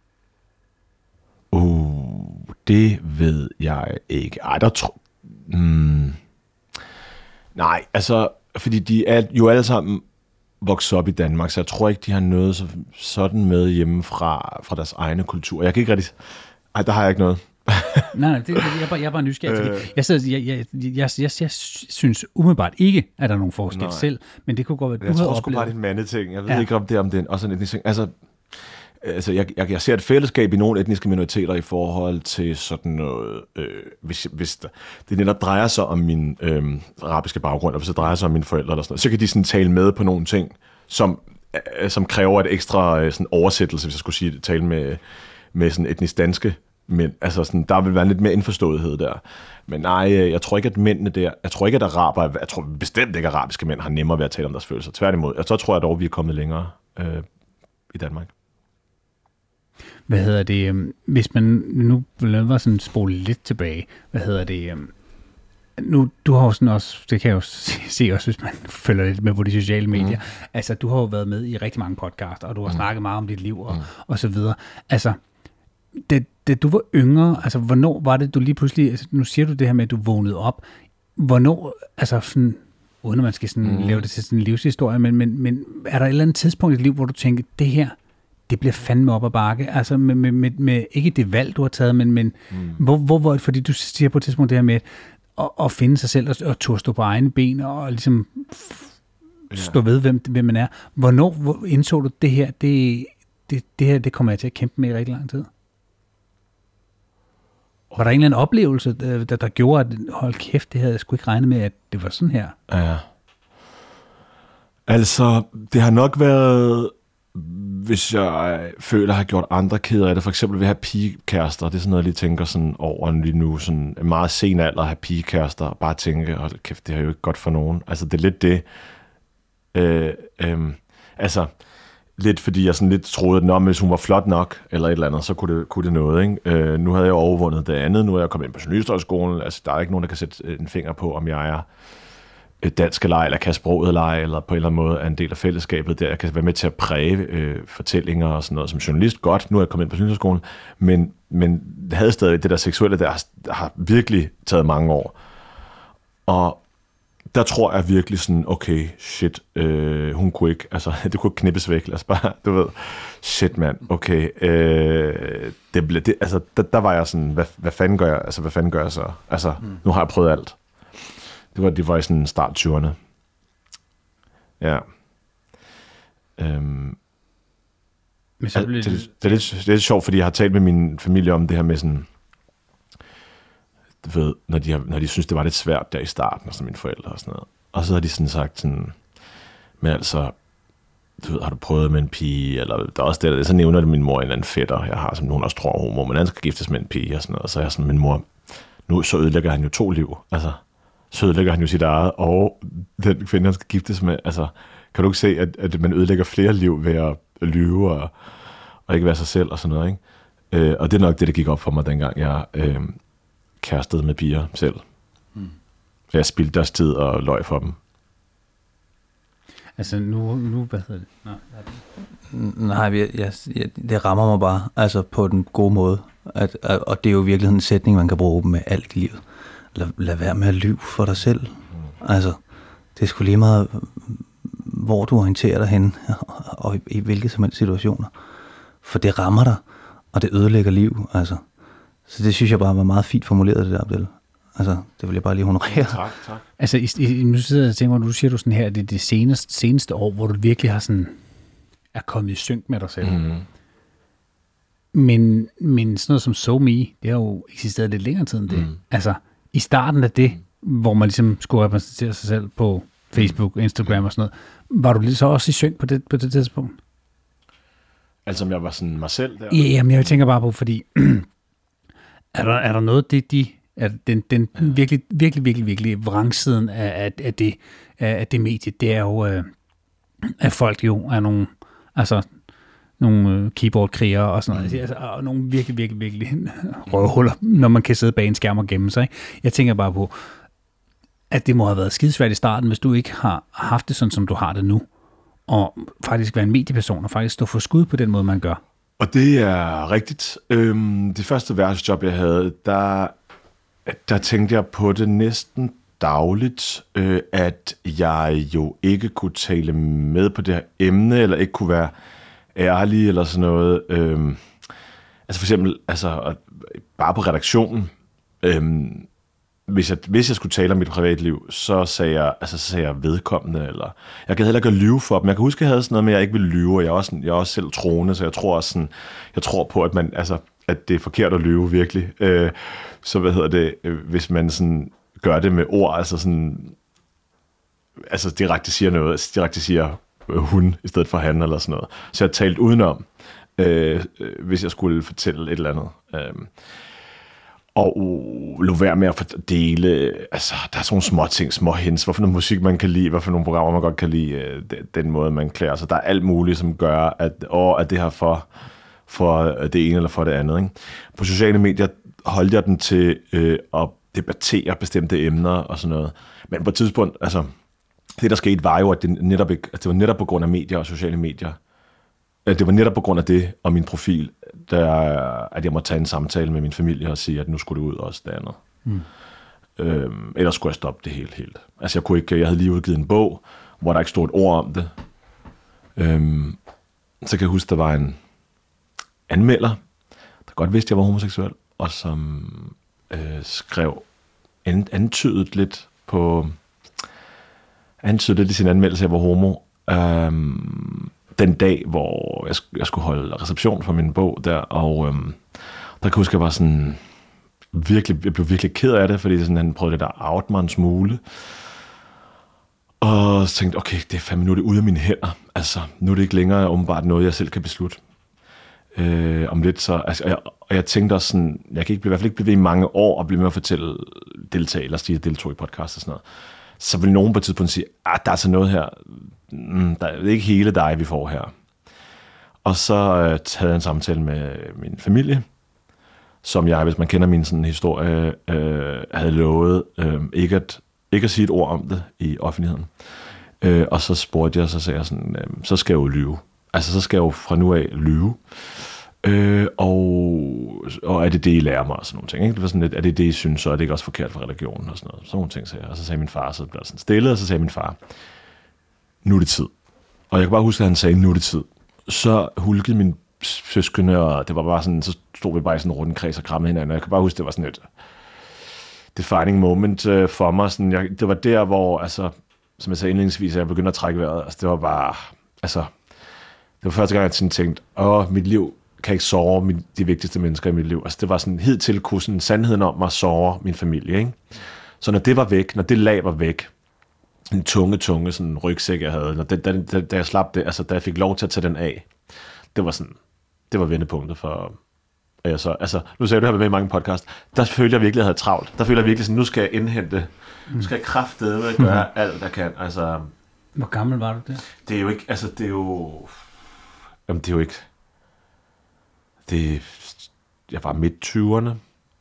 Uh, det ved jeg ikke. Ej, der tror... Hmm. Nej, altså, fordi de er jo alle sammen vokset op i Danmark, så jeg tror ikke, de har noget sådan med hjemme fra, fra deres egne kultur. Jeg kan ikke rigtig... Ej, der har jeg ikke noget. nej, nej, det, jeg, er bare, jeg er bare nysgerrig, fordi jeg, sidder, jeg, jeg, jeg, jeg, jeg, jeg synes umiddelbart ikke, at der er nogen forskel nej. selv, men det kunne godt være, at du jeg havde tror sgu oplevet. bare, det er en mandeting. Jeg ved ja. ikke, om det er om det er også en etnisk ting. Altså, altså jeg, jeg, jeg ser et fællesskab i nogle etniske minoriteter i forhold til sådan noget, øh, hvis, hvis der, det netop drejer sig om min øh, arabiske baggrund, og hvis det drejer sig om mine forældre eller sådan noget, så kan de sådan tale med på nogle ting, som, øh, som kræver et ekstra øh, sådan oversættelse, hvis jeg skulle sige, tale med, med sådan etnisk danske mænd. Altså sådan, der vil være lidt mere indforståethed der. Men nej, jeg tror ikke, at mændene der, jeg tror ikke, at araber, jeg tror bestemt ikke, at arabiske mænd har nemmere ved at tale om deres følelser. Tværtimod, jeg så tror jeg dog, vi er kommet længere øh, i Danmark. Hvad hedder det, hvis man nu vil bare sådan spole lidt tilbage, hvad hedder det, nu, du har jo sådan også, det kan jeg jo se også, hvis man følger lidt med på de sociale medier, mm. altså du har jo været med i rigtig mange podcasts, og du har mm. snakket meget om dit liv og, mm. og så videre. Altså, da, da du var yngre, altså hvornår var det, du lige pludselig, altså, nu siger du det her med, at du vågnede op, hvornår, altså sådan, uden at man skal sådan mm. lave det til sådan en livshistorie, men, men, men er der et eller andet tidspunkt i dit liv, hvor du tænker, det her, det bliver fandme op ad bakke, altså med, med, med, med ikke det valg, du har taget, men, men mm. hvor, hvor, hvor, fordi du siger på et tidspunkt det her med at, at finde sig selv og, og turde stå på egne ben og ligesom ja. stå ved, hvem, hvem man er. Hvornår hvor indså du det her, det, det, det her, det kommer jeg til at kæmpe med i rigtig lang tid? Var der en eller anden oplevelse, der, der gjorde, at hold kæft, det havde jeg sgu ikke regnet med, at det var sådan her? Ja. Altså, det har nok været, hvis jeg føler, at jeg har gjort andre keder af det, for eksempel ved at have pigekærester, det er sådan noget, jeg lige tænker sådan over lige nu, sådan en meget sen alder at have pigekærester, og bare tænke, hold kæft, det er jo ikke godt for nogen. Altså, det er lidt det. Øh, øh, altså, lidt fordi jeg sådan lidt troede, at hvis hun var flot nok, eller et eller andet, så kunne det, kunne det noget, ikke? Øh, nu havde jeg overvundet det andet, nu er jeg kommet ind på journalisthøjskolen, altså, der er ikke nogen, der kan sætte en finger på, om jeg er dansk eller ej, eller kan sproget eller ej, eller på en eller anden måde er en del af fællesskabet der. Jeg kan være med til at præge øh, fortællinger og sådan noget som journalist. Godt, nu er jeg kommet ind på journalisthøjskolen, men, men det havde stadig det der seksuelle, der har, der har virkelig taget mange år. Og der tror jeg virkelig sådan, okay, shit, øh, hun kunne ikke, altså, det kunne knippes væk, lad os bare, du ved, shit mand, okay, øh, det ble, det, altså, der, der var jeg sådan, hvad, hvad fanden gør jeg, altså, hvad fanden gør jeg så? Altså, mm. nu har jeg prøvet alt. Det var, det var i sådan start tyverne. Ja. Øhm. Men så blev det, det, det, er lidt, det er lidt sjovt, fordi jeg har talt med min familie om det her med sådan, du ved, når de, har, når de synes, det var lidt svært der i starten, og sådan mine forældre og sådan noget. Og så har de sådan sagt sådan, men altså, du ved, har du prøvet med en pige, eller der er også det, så nævner det min mor en eller anden fætter, jeg har, som nogen også tror homo, men han skal giftes med en pige og sådan noget, og så er jeg sådan, min mor, nu så ødelægger han jo to liv, altså, så ødelægger han jo sit eget, og den kvinde, han skal giftes med, altså, kan du ikke se, at, at man ødelægger flere liv ved at lyve, og, og ikke være sig selv, og sådan noget, ikke? Øh, og det er nok det, der gik op for mig, dengang jeg øh, kærestede med piger selv. Mm. Jeg spildte deres tid og løg for dem. Altså, nu, nu hvad hedder det? Nå, Nej, jeg, jeg, jeg, det rammer mig bare, altså på den gode måde, at, og det er jo virkelig en sætning, man kan bruge med alt i livet. Lad, lad være med at lyve for dig selv. Mm. Altså, det er sgu lige meget, hvor du orienterer dig hen, og i, i hvilke som helst situationer. For det rammer dig, og det ødelægger liv, altså. Så det synes jeg bare var meget fint formuleret, det der, Abdel. Altså, det vil jeg bare lige honorere. Tak, tak. Altså, i, i, nu sidder jeg og tænker, nu siger du sådan her, det er det seneste, seneste år, hvor du virkelig har sådan, er kommet i synk med dig selv. Mm. Men, men sådan noget som SoMe, det har jo eksisteret lidt længere tid end det. Mm. Altså, i starten af det, mm. hvor man ligesom skulle repræsentere sig selv på Facebook, Instagram og sådan noget, var du lige så også i synk på det, på det tidspunkt? Altså, om jeg var sådan mig selv der? Ja, jamen, jeg tænker bare på, fordi er der, er der noget, det de, er den, den ja. virkelig, virkelig, virkelig, virkelig vrangsiden af, af, af, det, af det medie, det er jo, øh, at folk jo er nogle, altså, nogle øh, keyboardkrigere og sådan noget, mm. altså, og nogle virkelig, virkelig, virkelig røvhuller, når man kan sidde bag en skærm og gemme sig. Ikke? Jeg tænker bare på, at det må have været skidesvært i starten, hvis du ikke har haft det sådan, som du har det nu, og faktisk være en medieperson, og faktisk stå for skud på den måde, man gør. Og det er rigtigt. Øhm, det første værelsesjob, jeg havde, der, der tænkte jeg på det næsten dagligt, øh, at jeg jo ikke kunne tale med på det her emne, eller ikke kunne være ærlig, eller sådan noget. Øhm, altså for eksempel, altså, bare på redaktionen, øhm, hvis, jeg, hvis jeg skulle tale om mit privatliv, så sagde jeg, altså, så sagde jeg vedkommende, eller jeg kan heller ikke lyve for dem. Jeg kan huske, at jeg havde sådan noget med, at jeg ikke ville lyve, og jeg er også, jeg er også selv troende, så jeg tror også sådan, jeg tror på, at man, altså, at det er forkert at lyve, virkelig. Øh, så hvad hedder det, hvis man sådan gør det med ord, altså sådan, altså direkte siger noget, altså direkte siger hun, i stedet for han, eller sådan noget. Så jeg talt udenom, øh, hvis jeg skulle fortælle et eller andet. Øh, og lå være med at dele, altså der er sådan nogle små ting, små hints, hvorfor noget musik man kan lide, hvorfor nogle programmer man godt kan lide, den måde man klæder sig. Der er alt muligt, som gør, at, åh, at det her for, for det ene eller for det andet. Ikke? På sociale medier holdt jeg den til øh, at debattere bestemte emner og sådan noget. Men på et tidspunkt, altså det der skete var jo, at det netop, ikke, at det var netop på grund af medier og sociale medier, at det var netop på grund af det og min profil, der, at jeg måtte tage en samtale med min familie og sige, at nu skulle det ud også det andet. Mm. Øhm, ellers skulle jeg stoppe det helt, helt. Altså jeg kunne ikke, jeg havde lige udgivet en bog, hvor der ikke stod et ord om det. Øhm, så kan jeg huske, der var en anmelder, der godt vidste, at jeg var homoseksuel, og som øh, skrev antydet lidt på antydet lidt i sin anmeldelse, at jeg var homo. Øhm, den dag, hvor jeg, jeg skulle holde reception for min bog der, og øhm, der kan jeg huske, at jeg var sådan virkelig, jeg blev virkelig ked af det, fordi sådan, han prøvede det der out mig en smule. Og så tænkte okay, det er fandme nu er det ude af mine hænder. Altså, nu er det ikke længere åbenbart noget, jeg selv kan beslutte. Øh, om lidt så, altså, og, jeg, og jeg tænkte også sådan, jeg kan ikke, i hvert fald ikke blive ved i mange år og blive med at fortælle, deltage, eller sige, at jeg deltog i podcast og sådan noget. Så vil nogen på et tidspunkt sige, at der er altså noget her, mm, der er ikke hele dig, vi får her. Og så øh, havde jeg en samtale med min familie, som jeg, hvis man kender min sådan historie, øh, havde lovet øh, ikke, at, ikke at sige et ord om det i offentligheden. Øh, og så spurgte jeg, så sagde jeg sådan, øh, så skal jeg jo lyve. Altså, så skal jeg jo fra nu af lyve. Øh, og, og er det det, I lærer mig? Og sådan nogle ting. Ikke? Det var sådan lidt, er det det, I synes, så er det ikke også forkert for religionen? Og sådan noget. Sådan nogle ting sagde jeg. Og så sagde min far, så blev sådan stille, og så sagde min far, nu er det tid. Og jeg kan bare huske, at han sagde, nu er det tid. Så hulkede min søskende, og det var bare sådan, så stod vi bare i sådan en rundkreds og krammede hinanden. Og jeg kan bare huske, det var sådan et defining moment øh, for mig. Sådan, jeg, det var der, hvor, altså, som jeg sagde indledningsvis, jeg begyndte at trække vejret. Altså, det var bare, altså, det var første gang, jeg sådan tænkte, åh, mit liv kan ikke såre mit, de vigtigste mennesker i mit liv. Altså, det var sådan hidtil kunne sådan sandheden om mig såre min familie, ikke? Så når det var væk, når det lag var væk, en tunge, tunge sådan rygsæk, jeg havde, når det, da, da, da jeg slap det, altså da jeg fik lov til at tage den af, det var sådan, det var vendepunktet for, jeg så, altså, nu sagde du, at jeg har været med i mange podcast, der følte jeg virkelig, at jeg havde travlt. Der følte jeg virkelig sådan, nu skal jeg indhente, nu skal jeg kraftedeme gøre mm. alt, der kan, altså. Hvor gammel var du der? Det er jo ikke, altså, det er jo, jamen, det er jo ikke, det, jeg var midt tyverne,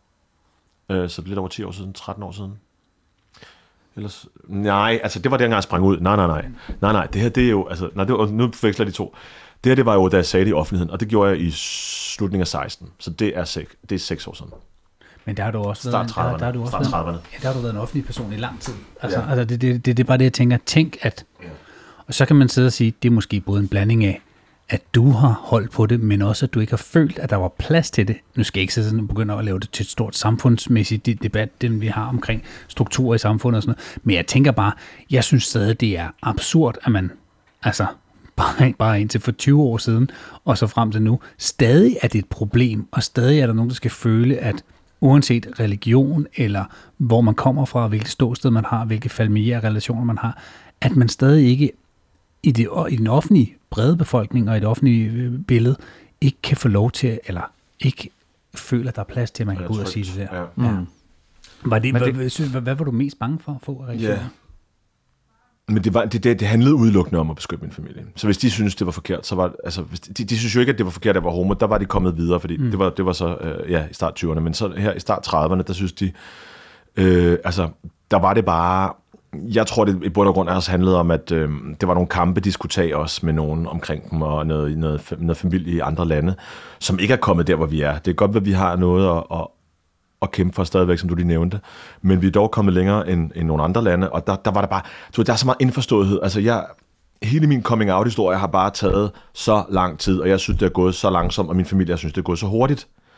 øh, så det er lidt over ti år siden, tretten år siden. Ellers, nej, altså det var dengang jeg sprang ud. Nej, nej, nej. Nej, nej, det her, det er jo, altså, nej, det var, nu forveksler de to. Det her, det var jo, da jeg sagde det i offentligheden, og det gjorde jeg i slutningen af seksten. Så det er, seks, det er seks år siden. Men der har du også været, der, der, der har du også Start trediverne. Ja, der har du været en offentlig person i lang tid. Altså, ja. altså det, det, det, det er bare det, jeg tænker. Tænk, at, ja. Og så kan man sidde og sige, det er måske både en blanding af, at du har holdt på det, men også, at du ikke har følt, at der var plads til det. Nu skal jeg ikke sådan begynde at lave det til et stort samfundsmæssigt debat, den vi har omkring strukturer i samfundet og sådan noget. Men jeg tænker bare, jeg synes stadig, det er absurd, at man, altså bare, bare indtil for tyve år siden, og så frem til nu, stadig er det et problem, og stadig er der nogen, der skal føle, at uanset religion, eller hvor man kommer fra, hvilket ståsted man har, hvilke familiære relationer man har, at man stadig ikke i, det, i den offentlige brede befolkning og i det offentlige billede, ikke kan få lov til, eller ikke føler, at der er plads til, at man kan gå ud og sige det der. Ja. Ja. Var det, det, hvad, hvad, hvad var du mest bange for at få reaktioner? Ja. Men det, var, det, det, det handlede udelukkende om at beskytte min familie. Så hvis de synes det var forkert, så var altså, de, de synes jo ikke, at det var forkert, at jeg var homo. Der var de kommet videre, fordi mm. det, var, det var så øh, ja, i start tyverne. Men så her i start trediverne, der synes de, øh, altså, der var det bare. Jeg tror, det i bund og grund også handlede om, at øh, det var nogle kampe, de skulle tage også med nogen omkring dem, og noget, noget, noget familie i andre lande, som ikke er kommet der, hvor vi er. Det er godt, at vi har noget at, at, at kæmpe for stadigvæk, som du lige nævnte, men vi er dog kommet længere end, end nogle andre lande, og der, der var der bare, du ved, der er så meget indforståethed. Altså, jeg, hele min coming-out-historie har bare taget så lang tid, og jeg synes, det er gået så langsomt, og min familie, jeg synes, det er gået så hurtigt.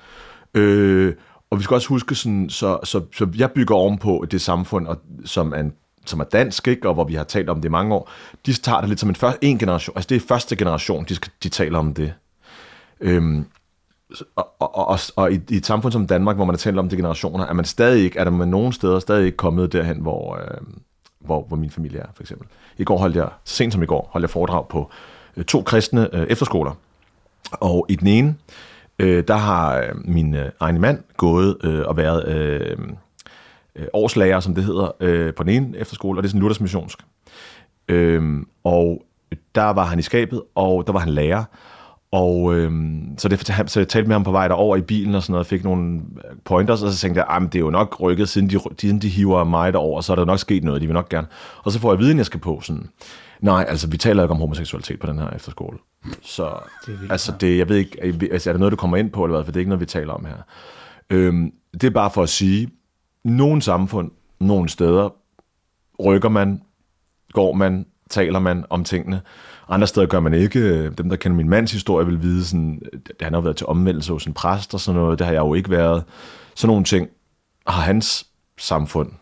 Øh, og vi skal også huske, sådan, så, så, så jeg bygger ovenpå det samfund, og, som, er en, som er dansk, ikke, og hvor vi har talt om det i mange år. De tager det lidt som en, før, en generation, altså det er første generation, de, skal, de taler om det. Øhm, og og, og, og i, i et samfund som Danmark, hvor man har talt om det generationer, er man stadig ikke, er der med nogle steder stadig ikke kommet derhen, hvor, øh, hvor, hvor min familie er, for eksempel. I går holdt jeg, så sent som i går, holdt jeg foredrag på øh, to kristne øh, efterskoler. Og i den ene, øh, der har øh, min øh, egen mand gået øh, og været øh, øh, årslærer, som det hedder, øh, på den ene efterskole, og det er sådan Luthers missionsk. Øh, og der var han i skabet, og der var han lærer. Og øhm, så, det, så jeg talte med ham på vej derover i bilen og sådan noget, og fik nogle pointers, og så tænkte jeg, at det er jo nok rykket, siden de, siden de hiver mig derover, så er der nok sket noget, de vil nok gerne. Og så får jeg viden, jeg skal på sådan, nej, altså vi taler ikke om homoseksualitet på den her efterskole. Så det vildt, altså det, jeg ved ikke, altså, er det noget, du kommer ind på, eller hvad, for det er ikke noget, vi taler om her. Øhm, det er bare for at sige, nogle samfund, nogle steder, rykker man, går man, taler man om tingene. Andre steder gør man ikke. Dem, der kender min mands historie, vil vide, sådan, han har været til omvendelse hos en præst og sådan noget. Det har jeg jo ikke været. Sådan nogle ting har hans samfund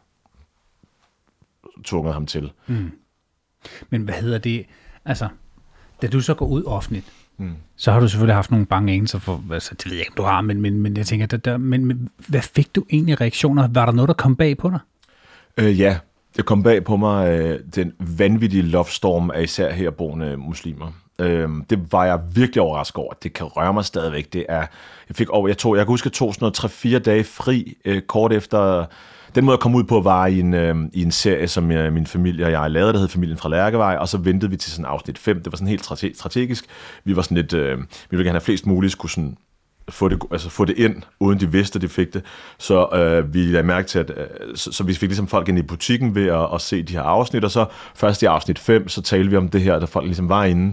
tvunget ham til. Mm. Men hvad hedder det? Altså, da du så går ud offentligt, mm. så har du selvfølgelig haft nogle bange anelser for, altså det ved jeg ikke, du har, men, men, men jeg tænker, der, der, men, men hvad fik du egentlig reaktioner? Var der noget, der kom bag på dig? Øh, ja. Det kom bag på mig øh, den vanvittige lovestorm af især herboende muslimer. Øh, det var jeg virkelig overrasket over. Det kan røre mig stadigvæk. Det er, jeg fik over, jeg tog, jeg kan huske, jeg tog sådan noget tre-fire dage fri øh, kort efter. Den måde, jeg kom ud på, var i en, øh, i en serie, som jeg, min familie og jeg lavede, der hed Familien fra Lærkevej, og så ventede vi til sådan afsnit fem. Det var sådan helt strate- strategisk. Vi var sådan lidt, øh, vi ville gerne have flest muligt skulle sådan få det, altså få det ind, uden de vidste, de fik det. Så øh, vi lagde mærke til, at øh, så, så vi fik ligesom folk ind i butikken ved at, at se de her afsnit, og så først i afsnit fem, så talte vi om det her, der folk ligesom var inde.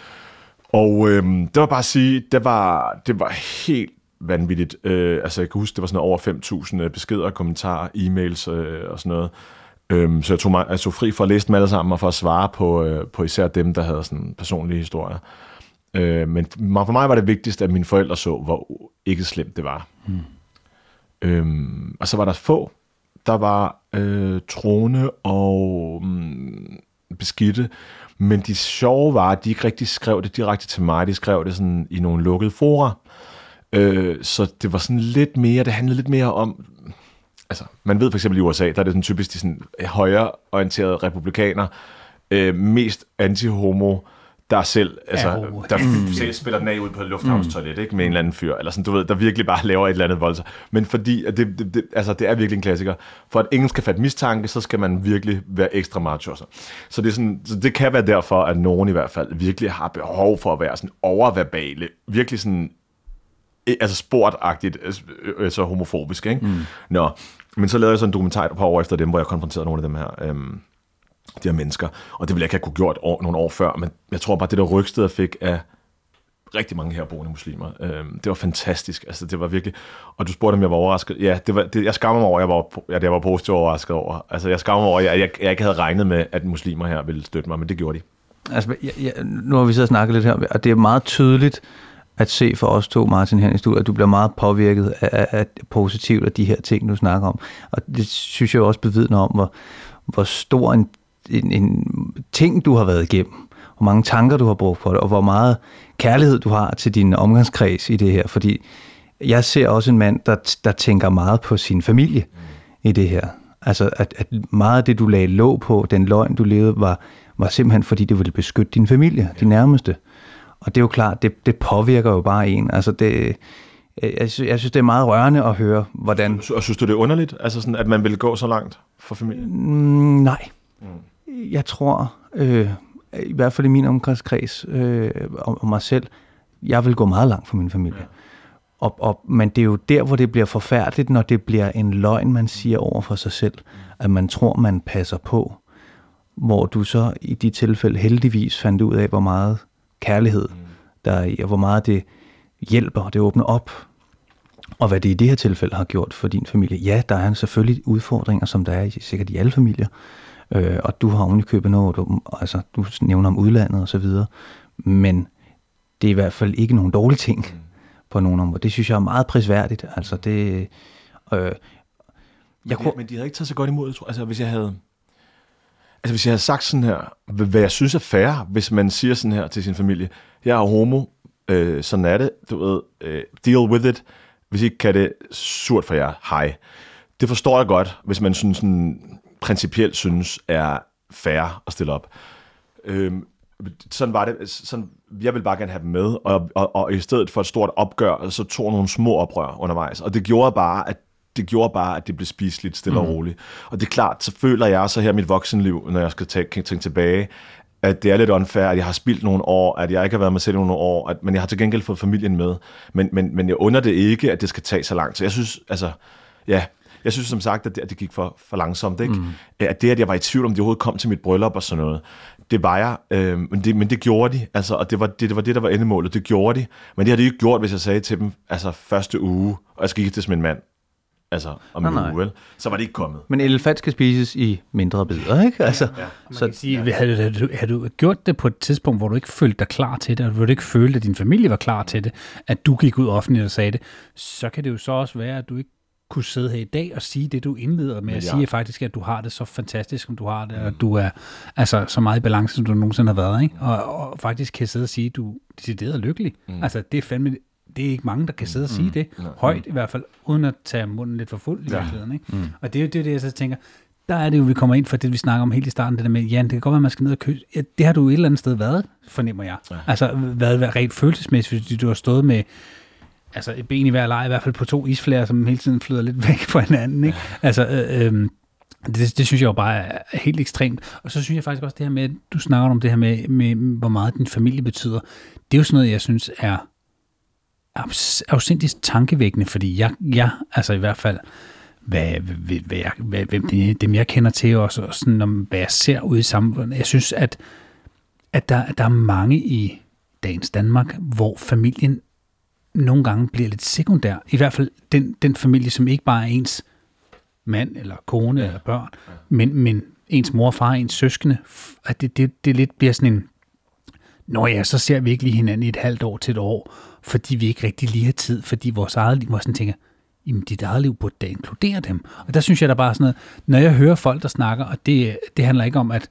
Og øh, det var bare at sige, det var, det var helt vanvittigt. Øh, altså jeg kan huske, det var sådan over fem tusind beskeder, kommentarer, e-mails øh, og sådan noget. Øh, så jeg tog, mig, jeg tog fri for at læse dem alle sammen, og for at svare på, øh, på især dem, der havde sådan personlige historier. Øh, men for mig var det vigtigst, at mine forældre så, hvor ikke slemt det var. Mm. Øhm, og så var der få, der var øh, troende og mm, beskidte, men de sjove var, at de ikke rigtig skrev det direkte til mig, de skrev det sådan i nogle lukkede fora. Øh, så det var sådan lidt mere, det handlede lidt mere om, altså man ved for eksempel i U S A, der er det sådan typisk de sådan højreorienterede republikaner, øh, mest anti-homo, der selv, altså, ja, oh. der selv spiller den af ud på et lufthavnstoilet, ikke, med en eller anden fyr, eller sådan, du ved, der virkelig bare laver et eller andet voldsomt. Men fordi, at det, det, det, altså, det er virkelig en klassiker. For at ingen skal fatte mistanke, så skal man virkelig være ekstra macho. Så, så, det, er sådan, så det kan være derfor, at nogen i hvert fald virkelig har behov for at være sådan oververbale, virkelig sådan, altså sportagtigt, så homofobisk, ikke? Mm. Nå, men så lavede jeg sådan en dokumentar et par år efter dem, hvor jeg konfronterede nogle af dem her, øhm, de her mennesker, og det ville jeg ikke have kunne gjort år, nogle år før, men jeg tror bare, det der rygstede, jeg fik af rigtig mange herboende muslimer, øhm, det var fantastisk, altså det var virkelig, og du spurgte, om jeg var overrasket, ja, det var, det, jeg skammer mig over, jeg var, ja, jeg var positivt overrasket over, altså jeg skammer mig over, at jeg, jeg, jeg ikke havde regnet med, at muslimer her ville støtte mig, men det gjorde de. Altså, jeg, jeg, nu har vi så snakket lidt her, og det er meget tydeligt at se for os to, Martin, her i studiet, at du bliver meget påvirket af, af positivt af de her ting, du snakker om, og det synes jeg også bevidner om, hvor, hvor stor en En, en ting, du har været igennem, hvor mange tanker, du har brugt på det, og hvor meget kærlighed, du har til din omgangskreds i det her. Fordi jeg ser også en mand, der, der tænker meget på sin familie mm. i det her. Altså, at, at meget af det, du lagde låg på, den løgn, du levede, var, var simpelthen, fordi det ville beskytte din familie, ja. De nærmeste. Og det er jo klart, det, det påvirker jo bare en. Altså, det... Jeg synes, jeg synes, det er meget rørende at høre, hvordan... Og synes du, det er underligt, altså sådan, at man vil gå så langt for familien? Mm, nej. Mm. Jeg tror, øh, i hvert fald i min omgangskreds øh, og, og mig selv, jeg vil gå meget langt for min familie. Ja. Og, og, men det er jo der, hvor det bliver forfærdeligt, når det bliver en løgn, man siger over for sig selv, at man tror, man passer på, hvor du så i de tilfælde heldigvis fandt ud af, hvor meget kærlighed der er i, og hvor meget det hjælper, det åbner op, og hvad det i det her tilfælde har gjort for din familie. Ja, der er selvfølgelig udfordringer, som der er i, sikkert i alle familier, øh, og du har ovenikøbet noget, du, altså du nævner om udlandet og så videre, men det er i hvert fald ikke nogen dårlige ting, på nogen områder. Det synes jeg er meget prisværdigt. Altså det... Øh, jeg men, de, men de havde ikke taget så godt imod det, tror jeg. Altså hvis jeg havde... Altså hvis jeg havde sagt sådan her, hvad jeg synes er fair, hvis man siger sådan her til sin familie, jeg er homo, øh, sådan er det, du ved, øh, deal with it, hvis I ikke kan det, surt for jer, hej. Det forstår jeg godt, hvis man sådan, sådan principielt synes er fair at stille op. Øhm, sådan var det, sådan, jeg ville bare gerne have dem med, og, og, og i stedet for et stort opgør, så tog nogle små oprør undervejs, og det gjorde bare, at det gjorde bare, at det blev spiseligt stille mm. og roligt. Og det er klart, så føler jeg så her mit voksenliv, når jeg skal tænke, tænke tilbage, at det er lidt unfair, at jeg har spildt nogle år, at jeg ikke har været mig selv i nogle år, at, men jeg har til gengæld fået familien med. Men, men, men jeg under det ikke, at det skal tage så langt. Så jeg synes, altså, ja, jeg synes som sagt, at det, at det gik for, for langsomt. Ikke? Mm. At det, at jeg var i tvivl om, det overhovedet kom til mit bryllup og sådan noget, det var jeg, øh, men, det, men det gjorde de, altså, og det var det, det var det, der var endemålet. Det gjorde de, men det havde de ikke gjort, hvis jeg sagde til dem, altså første uge, og jeg skal giftes med en mand. Altså, om en uge, vel? Så var det ikke kommet. Men elefant skal spises i mindre bidder, ikke? Altså, ja, ja. Så, sige, ja. havde, havde, du, havde du gjort det på et tidspunkt, hvor du ikke følte dig klar til det, og hvor du ikke følte, at din familie var klar til det, at du gik ud offentligt og sagde det, så kan det jo så også være, at du ikke kunne sidde her i dag og sige det, du indleder med, at ja. sige faktisk, at du har det så fantastisk, som du har det, mm. og du er altså så meget i balance, som du nogensinde har været, ikke? Og, og faktisk kan sidde og sige, at du er decideret lykkelig. Mm. Altså, det er fandme... Det er ikke mange, der kan sidde og sige mm. det, mm. højt i hvert fald, uden at tage munden lidt for fuld i virkeligheden. Ikke? Mm. Og det er jo det, jeg så tænker, der er det jo, vi kommer ind for det, vi snakker om helt i starten, det der med, Jan, det kan godt være, at man skal ned og kysse. Ja, det har du et eller andet sted været, fornemmer jeg. Ja. Altså, været, været rent følelsesmæssigt, fordi du har stået med altså et ben i hver leje, i hvert fald på to isflager, som hele tiden flyder lidt væk fra hinanden. Ikke? Ja. Altså, øh, øh, det, det synes jeg jo bare er helt ekstremt. Og så synes jeg faktisk også det her med, du snakker om det her med, med hvor meget din familie betyder. Det er jo sådan noget, jeg synes er afsindigt tankevækkende, fordi jeg, jeg, altså i hvert fald, hvad, hvad, hvad jeg, hvad, hvem det, dem jeg kender til også, og sådan, om, hvad jeg ser ude i samfundet, jeg synes, at, at der, der er mange i dagens Danmark, hvor familien nogle gange bliver lidt sekundær. I hvert fald den, den familie, som ikke bare er ens mand, eller kone, ja. eller børn, ja. men, men ens mor og far, ens søskende, at det, det, det lidt bliver sådan en, nå ja, så ser vi ikke lige hinanden i et halvt år til et år, fordi vi ikke rigtig lige har tid, fordi vores eget liv, hvor sådan tænker, jamen dit eget liv burde da inkludere dem. Og der synes jeg da bare sådan noget, når jeg hører folk, der snakker, og det, det handler ikke om, at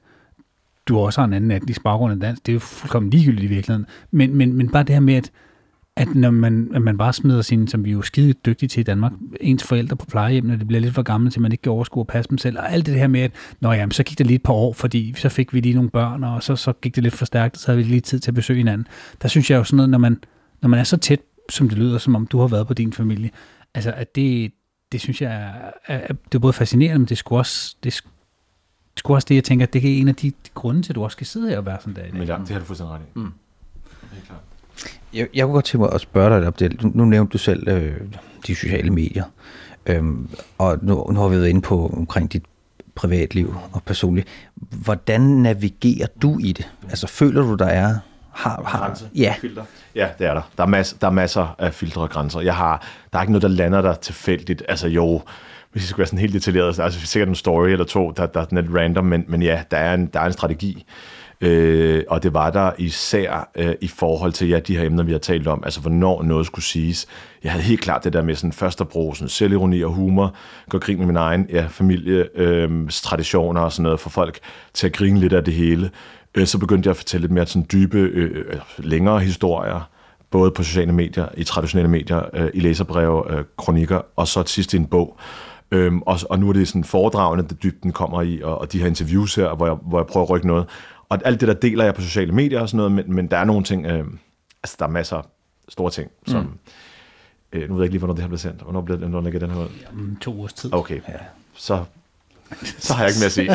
du også har en anden etnisk baggrund end dansk, det er jo fuldkommen ligegyldigt i virkeligheden, men, men, men bare det her med, at, at når man, at man bare smider sin, som vi er jo skide dygtige til i Danmark, ens forældre på plejehjem, når det bliver lidt for gamle, til man ikke kan overskue at passe dem selv, og alt det her med, at nå jamen, så gik det lige et par år, fordi så fik vi lige nogle børn, og så, så gik det lidt for stærkt, og så havde vi lige tid til at besøge hinanden. Der synes jeg jo sådan noget, når man Når man er så tæt, som det lyder, som om du har været på din familie, altså at det, det synes jeg er, er, det er både fascinerende, men det er sgu også det, er sgu også det, jeg tænker, at det er en af de, de grunde til, at du også skal sidde her og være sådan der i dag. Men ja, det har du fuldstændig ret i. Mm. Helt klart. Jeg, jeg kunne godt tænke mig at spørge dig op det. Nu, nu nævnte du selv øh, de sociale medier, øhm, og nu, nu har vi været inde på omkring dit privatliv og personligt. Hvordan navigerer du i det? Altså føler du, der er har, har ja. Filter. Ja, det er der. Der er, masser, der er masser af filtre og grænser. Jeg har, der er ikke noget, der lander der tilfældigt. Altså jo, hvis jeg skulle være sådan helt detaljeret, så er der sikkert en story eller to, der, der er lidt random, men, men ja, der er en, der er en strategi. Øh, og det var der især øh, i forhold til ja, de her emner, vi har talt om, altså hvornår noget skulle siges. Jeg havde helt klart det der med sådan først at bruge sådan selvironi og humor, gå grin med min egen ja, familie, øh, traditioner og sådan noget, for folk til at grine lidt af det hele. Øh, så begyndte jeg at fortælle lidt mere sådan dybe, øh, længere historier, både på sociale medier, i traditionelle medier, øh, i læserbreve, øh, kronikker, og så til sidst i en bog. Øhm, og, og nu er det sådan foredragende, det dybden kommer i, og, og de her interviews her, hvor jeg, hvor jeg prøver at rykke noget. Og alt det der deler jeg på sociale medier og sådan noget, men, men der er nogle ting, øh, altså der er masser af store ting, som, mm. øh, nu ved jeg ikke lige, hvornår det her bliver sendt. Hvornår bliver det, ligger den her ud? Jamen, to ugers tid. Okay, ja. så, så har jeg ikke mere at sige.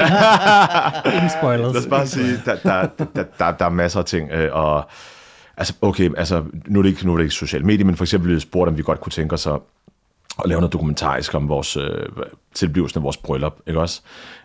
Ingen spoilers. Lad os bare sige, der, der, der, der, der er masser af ting, øh, og altså, okay, altså, nu er det ikke, nu er det ikke sociale medier, men for eksempel blev spurgt, om vi godt kunne tænke os at, at lave noget dokumentarisk om vores øh, tilblivelsen af vores bryllup, ikke også?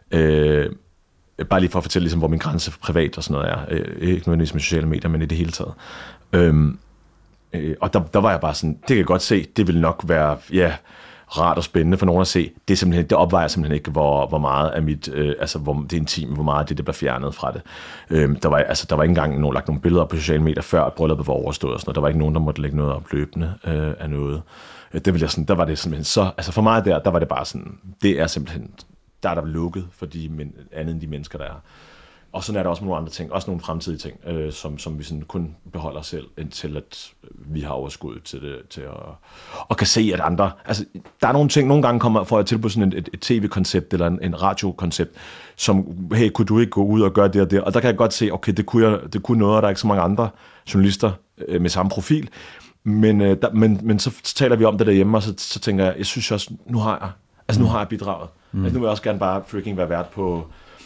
Øh, bare lige for at fortælle, ligesom, hvor min grænse privat og sådan noget er. Øh, ikke nødvendigvis med sociale medier, men i det hele taget. Øh, øh, og der, der var jeg bare sådan, det kan jeg godt se, det vil nok være, ja, rart og spændende for nogen at se. Det, er simpelthen, det opvejer simpelthen ikke, hvor, hvor meget af mit, øh, altså hvor det intime, hvor meget af det, det bliver fjernet fra det. Øh, der, var, altså, der var ikke engang nogen, lagt nogle billeder på sociale medier, før brylluppet var overstået og sådan noget. Der var ikke nogen, der måtte lægge noget op løbende øh, af noget. Det ville jeg sådan, der var det simpelthen så, altså for mig der, der var det bare sådan, det er simpelthen, der er der lukket for de men, andet end de mennesker, der er. Og sådan er der også nogle andre ting, også nogle fremtidige ting, øh, som, som vi sådan kun beholder os selv, indtil at vi har overskud til det, til at, og kan se, at andre, altså der er nogle ting, nogle gange kommer, får jeg tilbud sådan et, et, et tv-koncept, eller en, en radiokoncept, som, hey, kunne du ikke gå ud og gøre det og det, og der kan jeg godt se, okay, det kunne, jeg, det kunne noget, og der er ikke så mange andre journalister øh, med samme profil, men, øh, der, men, men så taler vi om det derhjemme, og så, så tænker jeg, jeg synes også, nu har jeg, altså nu har jeg bidraget, mm. altså nu vil jeg også gerne bare freaking være vært på,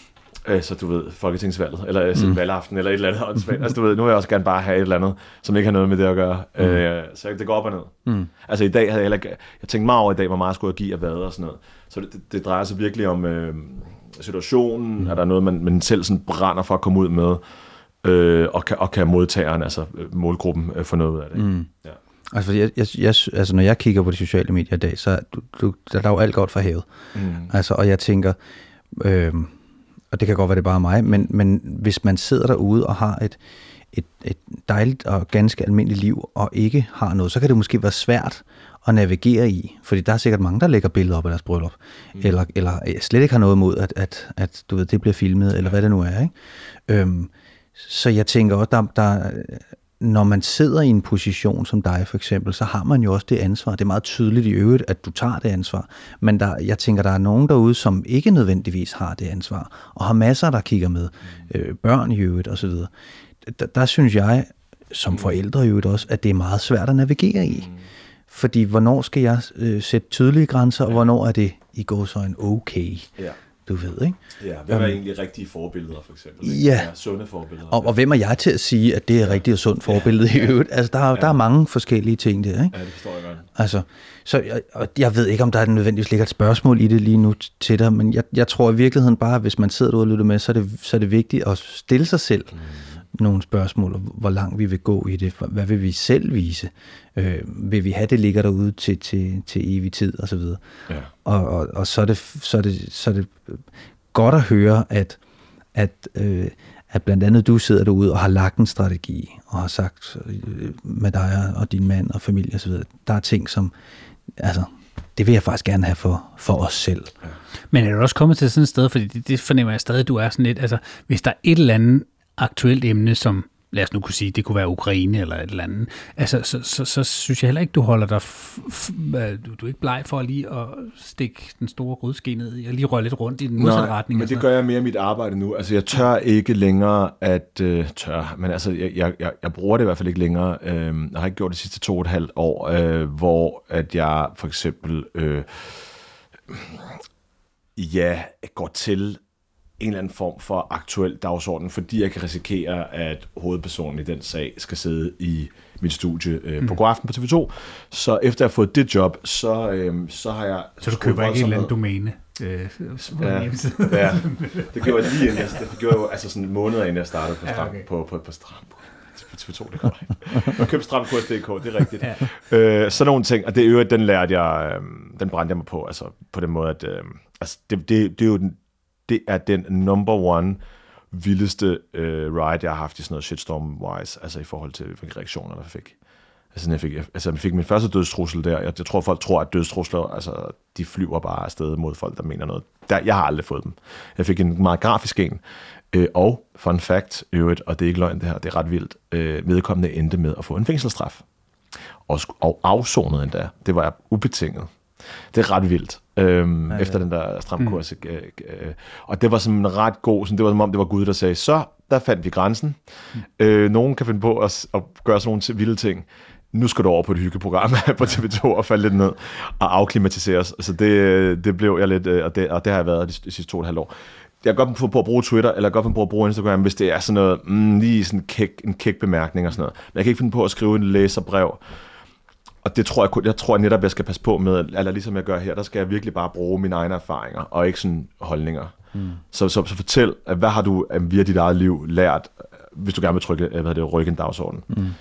så du ved, folketingsvalget, eller altså, mm. valgaften, eller et eller andet. Mm. Altså du ved, nu vil jeg også gerne bare have et eller andet, som ikke har noget med det at gøre. Mm. Øh, så det går op og ned. Mm. Altså i dag havde jeg heller jeg tænkte meget over i dag, hvor meget skulle jeg give at vade og sådan noget. Så det, det, det drejer sig virkelig om øh, situationen, mm. er der noget, man, man selv sådan brænder for at komme ud med, øh, og, kan, og kan modtageren, altså målgruppen, øh, få noget ud af det. Mm. Ja. Altså, jeg, jeg, jeg, altså, når jeg kigger på de sociale medier i dag, så du, du, der er jo alt godt for havet. Mm. Altså, og jeg tænker... Øh, og det kan godt være, det bare er mig, men, men hvis man sidder derude og har et, et, et dejligt og ganske almindeligt liv, og ikke har noget, så kan det måske være svært at navigere i, fordi der er sikkert mange, der lægger billeder op af deres bryllup, mm. eller, eller slet ikke har noget imod, at, at, at du ved, det bliver filmet, eller hvad det nu er. Ikke? Øhm, så jeg tænker også, der, der, når man sidder i en position som dig for eksempel, så har man jo også det ansvar. Det er meget tydeligt i øvrigt, at du tager det ansvar. Men der, jeg tænker, der er nogen derude, som ikke nødvendigvis har det ansvar, og har masser, der kigger med, øh, børn i øvrigt osv. Der, der synes jeg, som forældre i øvrigt også, at det er meget svært at navigere i. Fordi hvornår skal jeg øh, sætte tydelige grænser, og hvornår er det i gåseøjne okay? Ja. Du ved, ikke? Ja, hvem er um, egentlig rigtige forbilleder, for eksempel? Ja. Ja, sunde forbilleder. Og, og hvem er jeg til at sige, at det er rigtigt og sundt forbillede ja. i øvrigt? Altså, der er, ja. der er mange forskellige ting der, ikke? Ja, det forstår jeg godt. Altså, så jeg, jeg ved ikke, om der er nødvendigvis ligger et spørgsmål i det lige nu til dig, men jeg, jeg tror i virkeligheden bare, at hvis man sidder derude og lytter med, så er det, så er det vigtigt at stille sig selv mm. nogle spørgsmål, hvor langt vi vil gå i det, hvad vil vi selv vise, øh, vil vi have det ligger derude til, til, til evig tid, og så videre. Ja. Og, og, og så, er det, så, er det, så er det godt at høre, at, at, øh, at blandt andet du sidder derude og har lagt en strategi, og har sagt øh, med dig og din mand og familie og så videre, der er ting, som, altså, det vil jeg faktisk gerne have for, for os selv. Ja. Men er du også kommet til sådan et sted, fordi det, det fornemmer jeg stadig, du er sådan lidt, altså, hvis der er et eller andet aktuelt emne, som, lad os nu kunne sige, det kunne være Ukraine eller et eller andet, altså, så, så, så synes jeg heller ikke, du holder dig, f- f- du, du er ikke bleg for lige at stikke den store grydske ned i, og lige røre lidt rundt i den modsatte retning. Men det gør jeg mere i mit arbejde nu. Altså, jeg tør ikke længere at, øh, tør, men altså, jeg, jeg, jeg, jeg bruger det i hvert fald ikke længere. Øh, jeg har ikke gjort det sidste to og et halvt år, øh, hvor at jeg for eksempel, øh, ja, går til en eller anden form for aktuel dagsorden, fordi jeg kan risikere, at hovedpersonen i den sag skal sidde i mit studie øh, mm. på Godaften på T V to. Så efter jeg har fået det job, så, øh, så har jeg... Så du køber ikke en eller anden domæne? Øh, ja, ja, det gjorde jeg lige inden. Jeg, det gjorde jeg jo altså sådan måneder inden jeg startede på, stram, ja, okay. på, på, på Stram. På T V to, det går ikke. Jeg købte stramkurs punktum d k, det er rigtigt. Ja. Øh, sådan nogle ting, og det øvrigt, den lærte jeg, øh, den brændte jeg mig på, altså på den måde, at øh, altså, det, det, det er jo den, det er den number one vildeste øh, ride, jeg har haft i sådan noget shitstorm-wise, altså i forhold til hvilke reaktioner, der fik. Altså, jeg fik, altså, jeg fik min første dødstrussel der. Jeg, jeg tror, folk tror, at dødstrusler, altså, de flyver bare afsted mod folk, der mener noget. Der, jeg har aldrig fået dem. Jeg fik en meget grafisk en. Øh, og, fun fact, øvrigt, og det er ikke løgn det her, det er ret vildt, øh, vedkommende endte med at få en fængselsstraf. Og, og afsonet endda. Det var ubetinget. Det er ret vildt, øhm, ja, ja. Efter den der stramkurs. Mm. Øh, øh, og det var sådan ret god, sådan, det var som om, det var Gud, der sagde, så der fandt vi grænsen. Mm. Øh, nogen kan finde på at, at gøre sådan nogle vilde ting. Nu skal du over på et hyggeprogram på T V to og falde lidt ned og afklimatiseres. Så det, det blev jeg lidt, og det, og det har jeg været de, de sidste to og et halvt år. Jeg kan godt finde på at bruge Twitter, eller godt finde på at bruge Instagram, hvis det er sådan noget, mm, lige sådan kæk, en kæk bemærkning og sådan noget. Men jeg kan ikke finde på at skrive en læserbrev. Og det tror jeg, jeg tror netop, jeg skal passe på med, eller ligesom jeg gør her, der skal jeg virkelig bare bruge mine egne erfaringer, og ikke sådan holdninger. Mm. Så, så, så fortæl, hvad har du via dit eget liv lært, hvis du gerne vil trykke, hvad det, rykke en dagsorden. Mm.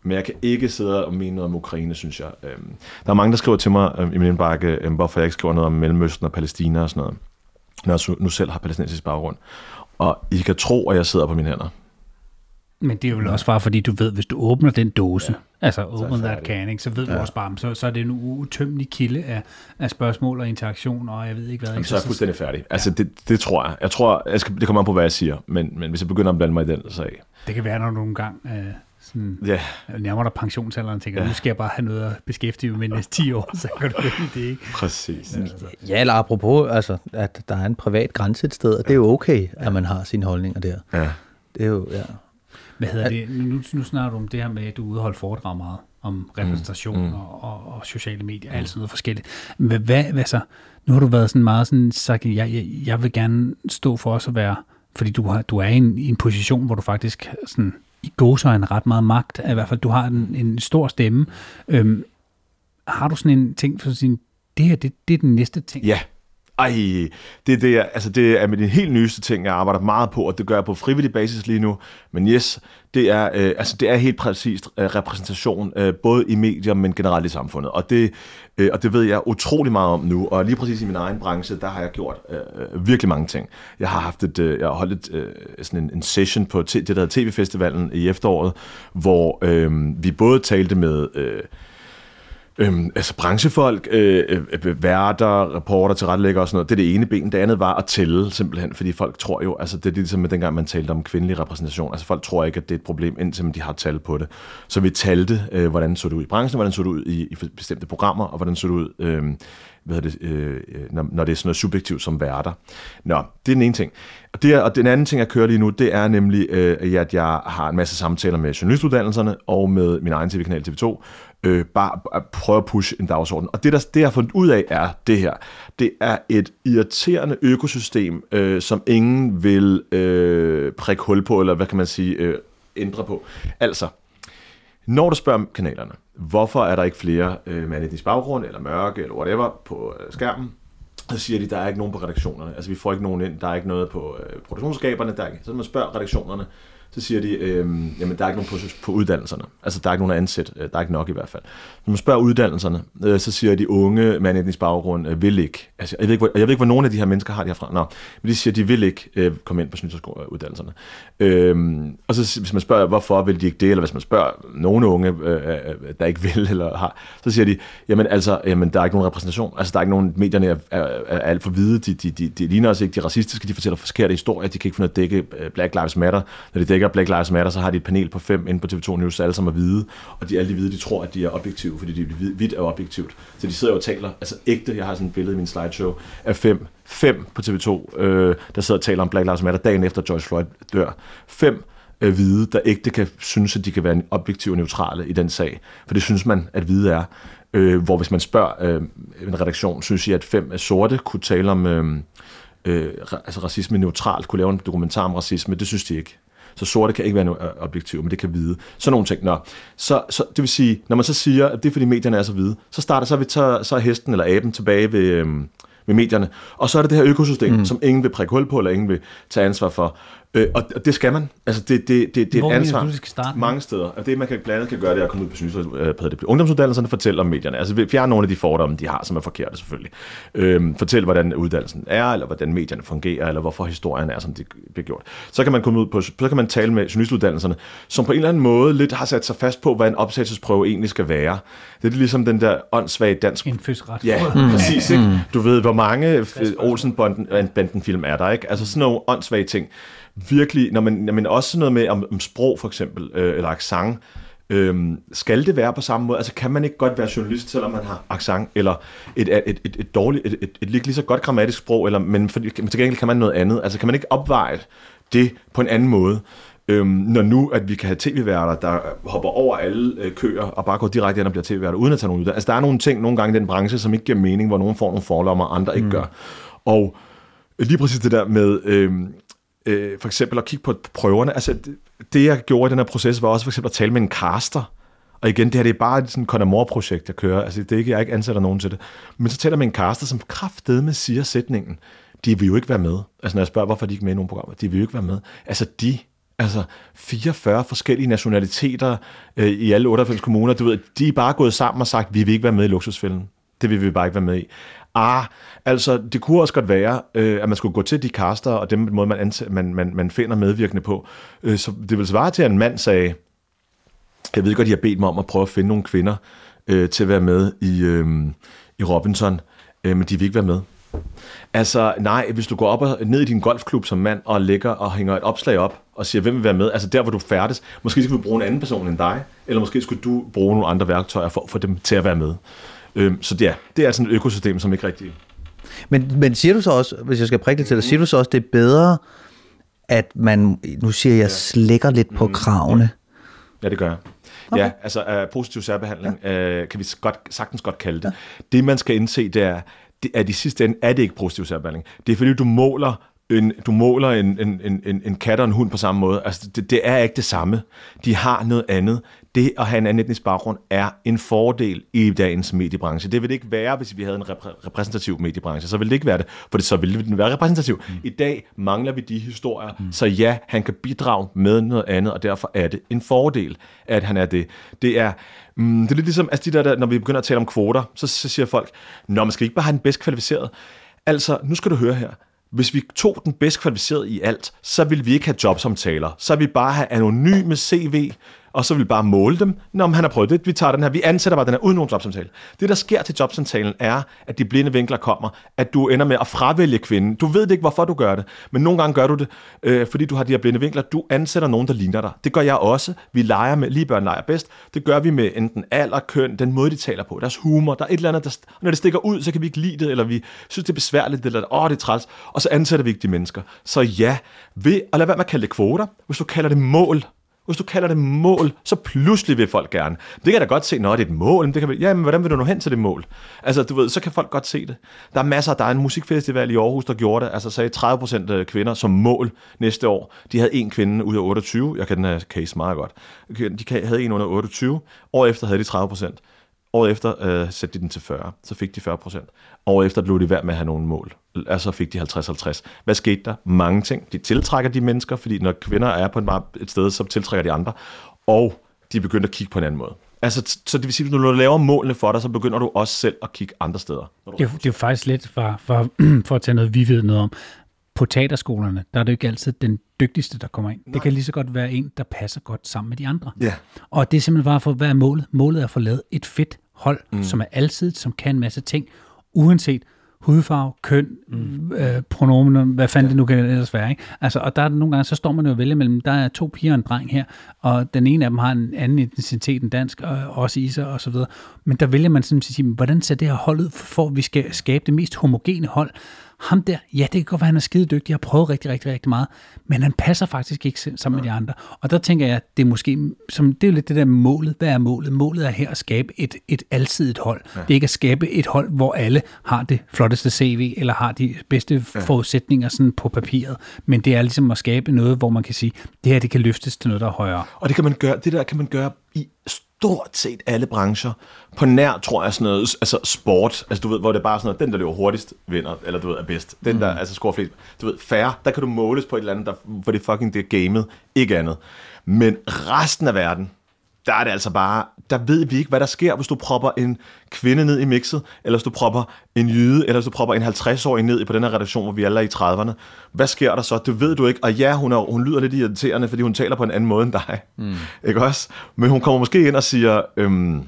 Men jeg kan ikke sidde og mene noget om Ukraine, synes jeg. Der er mange, der skriver til mig i min indbakke, hvorfor jeg ikke skriver noget om Mellemøsten og Palæstina og sådan noget, når jeg nu selv har palæstinensisk baggrund. Og I kan tro, at jeg sidder på mine hænder. Men det er jo også bare, fordi du ved, hvis du åbner den dåse, ja, altså open that can, ikke, så ved ja. du også bare, så, så er det en utømmelig kilde af, af spørgsmål og interaktion, og jeg ved ikke hvad. Jamen, så er jeg fuldstændig færdig. Altså, ja. det, det tror jeg. Jeg tror, jeg skal, det kommer an på, hvad jeg siger, men, men hvis jeg begynder at blande mig i den, så af. Det kan være, når du nogle gang øh, sådan, ja. nærmer dig pensionsalderen og tænker, ja. nu skal jeg bare have noget at beskæftige med næste ti år, så kan du vælge det, ikke? Præcis. Ja, ja, eller apropos, altså, at der er en privat grænse et sted, og det er jo okay, ja. at man har sine holdninger der. Ja. Det er jo, ja. Hvad hedder det? Nu, nu snakker du om det her med, at du er ude og holde foredrag meget, om repræsentation mm. og, og, og sociale medier, mm. alt sådan noget forskelligt. Men hvad, hvad så? Nu har du været sådan meget sådan sagt, jeg, jeg, jeg vil gerne stå for os at være, fordi du, har, du er i en, i en position, hvor du faktisk sådan, i gåseøjne ret meget magt, i hvert fald du har en, en stor stemme. Øhm, har du sådan en ting for sin, det her, det, det er den næste ting? Ja. Ej, det er, det, jeg, altså det er med de helt nyeste ting, jeg arbejder meget på, og det gør jeg på frivillig basis lige nu. Men yes, det er, øh, altså det er helt præcist øh, repræsentation, øh, både i medier, men generelt i samfundet. Og det, øh, og det ved jeg utrolig meget om nu. Og lige præcis i min egen branche, der har jeg gjort øh, virkelig mange ting. Jeg har haft et, øh, jeg har holdt et, øh, sådan en, en session på t- det der T V-festivalen i efteråret, hvor øh, vi både talte med Øh, Øhm, altså branchefolk, øh, øh, værter, reporter, tilrettelægger og sådan noget, det er det ene ben. Det andet var at tælle simpelthen, fordi folk tror jo, altså det er ligesom med dengang man talte om kvindelig repræsentation, altså folk tror ikke, at det er et problem, indtil de har tal på det. Så vi talte, øh, hvordan så det ud i branchen, hvordan så det ud i, i bestemte programmer, og hvordan så det ud, øh, hvad det, øh, når, når det er sådan noget subjektivt som værter. Nå, det er den ene ting. Og, det er, og den anden ting, jeg kører lige nu, det er nemlig, øh, at jeg har en masse samtaler med journalistuddannelserne og med min egen T V-kanal T V to, Øh, bare at prøve at pushe en dagsorden. Og det, der, det jeg har fundet ud af, er det her. Det er et irriterende økosystem, øh, som ingen vil øh, prikke hul på, eller hvad kan man sige, øh, ændre på. Altså, når du spørger kanalerne, hvorfor er der ikke flere øh, med etnisk baggrund, eller mørke, eller whatever, på øh, skærmen, så siger de, der er ikke nogen på redaktionerne. Altså, vi får ikke nogen ind, der er ikke noget på øh, produktionsskaberne, der er ikke. Så når man spørger redaktionerne, så siger de, øh, jamen der er ikke nogen på, på uddannelserne. Altså der er ikke nogen at ansætte. Der er ikke nok i hvert fald. Når man spørger uddannelserne, øh, så siger de unge med en etnisk baggrund øh, vil ikke. Altså, jeg, ved ikke hvor, jeg ved ikke, hvor nogle af de her mennesker har de herfra. Nå, men de siger, de vil ikke øh, komme ind på snytterskoleuddannelserne. Øh, og så hvis man spørger, hvorfor vil de ikke det, eller hvis man spørger nogle unge, øh, der ikke vil, eller har, så siger de, jamen altså, jamen, der er ikke nogen repræsentation. Altså der er ikke nogen, medierne er, er, er alt for hvide. De, de, de, de ligner os ikke, de er racistiske, de fortæller forkerte historier, de kan ikke finde at dække Black Lives Matter. Når de dækker Black Lives Matter, så har de et panel på fem inde på T V to News, alle sammen er hvide, og de alle de hvide, de tror, at de er objektive, fordi de hvidt er objektivt. Så de sidder jo og taler, altså ægte, jeg har sådan et billede i min slideshow, af fem, fem på T V to, øh, der sidder og taler om Black Lives Matter dagen efter George Floyd dør. Fem øh, hvide, der ægte kan synes, at de kan være objektive og neutrale i den sag, for det synes man, at hvide er. Øh, hvor hvis man spørger øh, en redaktion, synes I, at fem sorte kunne tale om øh, øh, altså racisme neutralt, kunne lave en dokumentar om racisme, det synes de ikke. Så sorte kan ikke være objektive, men det kan hvide. Sådan nogle ting. Nå. Så, så, det vil sige, når man så siger, at det er fordi medierne er så hvide, så starter så, vi tager, så er hesten eller aben tilbage ved, øhm, ved medierne. Og så er det det her økosystem, mm. som ingen vil prikke hul på, eller ingen vil tage ansvar for. Øh, og det skal man. Altså, det, det, det, det er et ansvar du, skal starte mange steder. Og det, man kan blandt andet kan gøre, det er at komme ud på synes, øh, det ungdomsuddannelserne, fortælle om medierne. Altså, fjerne nogle af de fordomme, de har, som er forkerte selvfølgelig. Øh, fortæl, hvordan uddannelsen er, eller hvordan medierne fungerer, eller hvorfor historien er, som det bliver gjort. Så kan man komme ud på, så kan man tale med journalistuddannelserne, som på en eller anden måde lidt har sat sig fast på, hvad en optagelsesprøve egentlig skal være. Det er ligesom den der åndssvage dansk... Indfødsret. Ja, mm. præcis. Ikke? Du ved, hvor mange Olsen-banden-film er der, ikke? Altså sådan nogle åndssvage ting. Virkelig, når man, men også noget med om, om sprog for eksempel, øh, eller accent, øh, skal det være på samme måde? Altså kan man ikke godt være journalist, selvom man har accent, eller et, et, et, et dårligt, et, et, et lige så godt grammatisk sprog, eller, men for, til gengæld kan man noget andet. Altså kan man ikke opveje det på en anden måde? Øhm, når nu, at vi kan have tv-værter, der hopper over alle øh, køer, og bare går direkte ind og bliver tv-værter, uden at tage nogen ud. Altså der er nogle ting nogle gange i den branche, som ikke giver mening, hvor nogen får nogle forlommer, og andre mm. ikke gør. Og lige præcis det der med... Øh, for eksempel at kigge på prøverne. Altså, det jeg gjorde i den her proces, var også for eksempel at tale med en caster. Og igen, det her det er bare sådan et Conamore-projekt, jeg kører. Altså, det er ikke, jeg ikke ansætter nogen til det. Men så taler jeg med en caster, som kraftedeme siger sætningen. De vil jo ikke være med. Altså, når jeg spørger, hvorfor de ikke er med i nogle programmer. De vil jo ikke være med. Altså, de Altså fireogfyrre forskellige nationaliteter øh, i alle otteoghalvfems kommuner, du ved, de er bare gået sammen og sagt, vi vil ikke være med i Luksusfælden. Det vil vi bare ikke være med i. Ah, altså, det kunne også godt være, øh, at man skulle gå til de caster, og dem måde, man, ansæ- man, man, man finder medvirkende på. Øh, så det ville svare til, at en mand sagde, jeg ved godt, de har bedt mig om at prøve at finde nogle kvinder øh, til at være med i, øh, i Robinson, øh, men de vil ikke være med. Altså, nej, hvis du går op og ned i din golfklub som mand, og lægger og hænger et opslag op, og siger, hvem vil være med, altså der, hvor du færdes, måske skal vi bruge en anden person end dig, eller måske skulle du bruge nogle andre værktøjer for at få dem til at være med. Øhm, så ja, det er sådan et økosystem, som ikke rigtig... Men, men siger du så også, hvis jeg skal prikke til dig, siger du så også, det er bedre, at man, nu siger jeg, slækker lidt på kravene? Ja, det gør jeg. Okay. Ja, altså uh, positiv særbehandling uh, kan vi godt, sagtens godt kalde det. Ja. Det, man skal indse, det er, det er de sidste ende, er det ikke positiv særbehandling. Det er fordi, du måler en, du måler en, en, en, en kat og en hund på samme måde. Altså, det, det er ikke det samme. De har noget andet. Det at have en anden etnisk baggrund er en fordel i dagens mediebranche. Det vil det ikke være, hvis vi havde en repræ- repræsentativ mediebranche. Så ville det ikke være det, for det, så ville den være repræsentativ. Mm. I dag mangler vi de historier, mm. så ja, han kan bidrage med noget andet, og derfor er det en fordel, at han er det. Det er, mm, det er lidt ligesom, altså de der, der, når vi begynder at tale om kvoter, så, så siger folk, nå, man skal ikke bare have den bedst kvalificerede. Altså, nu skal du høre her. Hvis vi tog den bedst kvalificerede i alt, så ville vi ikke have jobsamtaler. Så ville vi bare have anonyme C V, og så vil vi bare måle dem. Nå, om han har prøvet det, vi tager den her, vi ansætter bare den her uden nogen jobsamtale. Det, der sker til jobsamtalen, er, at de blinde vinkler kommer, at du ender med at fravælge kvinden. Du ved ikke, hvorfor du gør det, men nogle gange gør du det, øh, fordi du har de her blinde vinkler. Du ansætter nogen, der ligner dig. Det gør jeg også. Vi leger med, lige børn leger bedst. Det gør vi med enten alder, køn, den måde, de taler på, deres humor. Der er et eller andet, der, når det stikker ud, så kan vi ikke lide det, eller vi synes, det er besværligt, eller åh, det er træls. Og så ansætter vi ikke de mennesker. Så ja, ved at lade være med at kalde det kvoter, hvis du kalder det mål. Hvis du kalder det mål, så pludselig vil folk gerne. Det kan da godt se, når det er et mål. Det kan vi, ja, men hvordan vil du nå hen til det mål? Altså, du ved, så kan folk godt se det. Der er masser, der er en musikfestival i Aarhus, der gjorde det. Altså, sagde tredive procent kvinder som mål næste år. De havde en kvinde ud af otteogtyve. Jeg kan den her case meget godt. De havde en under otteogtyve. Året efter havde de tredive procent. Året efter øh, satte de den til fyrre. Så fik de fyrre procent. Året efter blev de værd med at have nogle mål. Altså fik de halvtreds halvtreds. Hvad skete der? Mange ting. De tiltrækker de mennesker, fordi når kvinder er på et sted, så tiltrækker de andre. Og de begynder at kigge på en anden måde. Altså, så det vil sige, at når du laver målene for dig, så begynder du også selv at kigge andre steder. Det er, det er jo faktisk lidt for, for, for at tage noget, vi ved noget om. På teaterskolerne, der er det jo ikke altid den dygtigste, der kommer ind. Nej. Det kan lige så godt være en, der passer godt sammen med de andre. Ja. Og det er simpelthen bare for, hvad er målet? Målet er at få lavet et fedt hold, mm. som er alsidigt, som kan en masse ting, uanset hudfarve, køn, mm. øh, pronomener, hvad fanden ja. det nu kan ellers være. Ikke? Altså, og der er nogle gange, så står man jo og vælger mellem, der er to piger og en dreng her, og den ene af dem har en anden etnicitet end dansk, og også i sig, og så videre. Men der vælger man simpelthen at sige, hvordan ser det her hold ud, for at vi skal skabe det mest homogene hold. Ham der, ja, det kan godt være, han er skide dygtig, jeg har prøvet rigtig, rigtig, rigtig meget, men han passer faktisk ikke sammen med de andre. Og der tænker jeg, det er måske, som, det er jo lidt det der målet. Hvad er målet? Målet er her at skabe et, et alsidigt hold. Ja. Det er ikke at skabe et hold, hvor alle har det flotteste C V, eller har de bedste ja. forudsætninger sådan på papiret, men det er ligesom at skabe noget, hvor man kan sige, det her, det kan løftes til noget, der er højere. Og det kan man gøre, det der kan man gøre i stort set alle brancher. På nær, tror jeg, sådan noget, altså sport, altså du ved, hvor det er bare sådan noget, den der løber hurtigst vinder, eller du ved, er bedst. Den mm. der, altså scorer flest, du ved, færre, der kan du måles på et eller andet, der, hvor det fucking det er gamet, ikke andet. Men resten af verden, der er det altså bare, der ved vi ikke, hvad der sker, hvis du propper en kvinde ned i mixet, eller hvis du propper en jyde, eller hvis du propper en halvtreds-årig ned på den her redaktion, hvor vi alle er i trediverne. Hvad sker der så? Det ved du ikke. Og ja, hun, er, hun lyder lidt irriterende, fordi hun taler på en anden måde end dig. Mm. Ikke også? Men hun kommer måske ind og siger, øhm,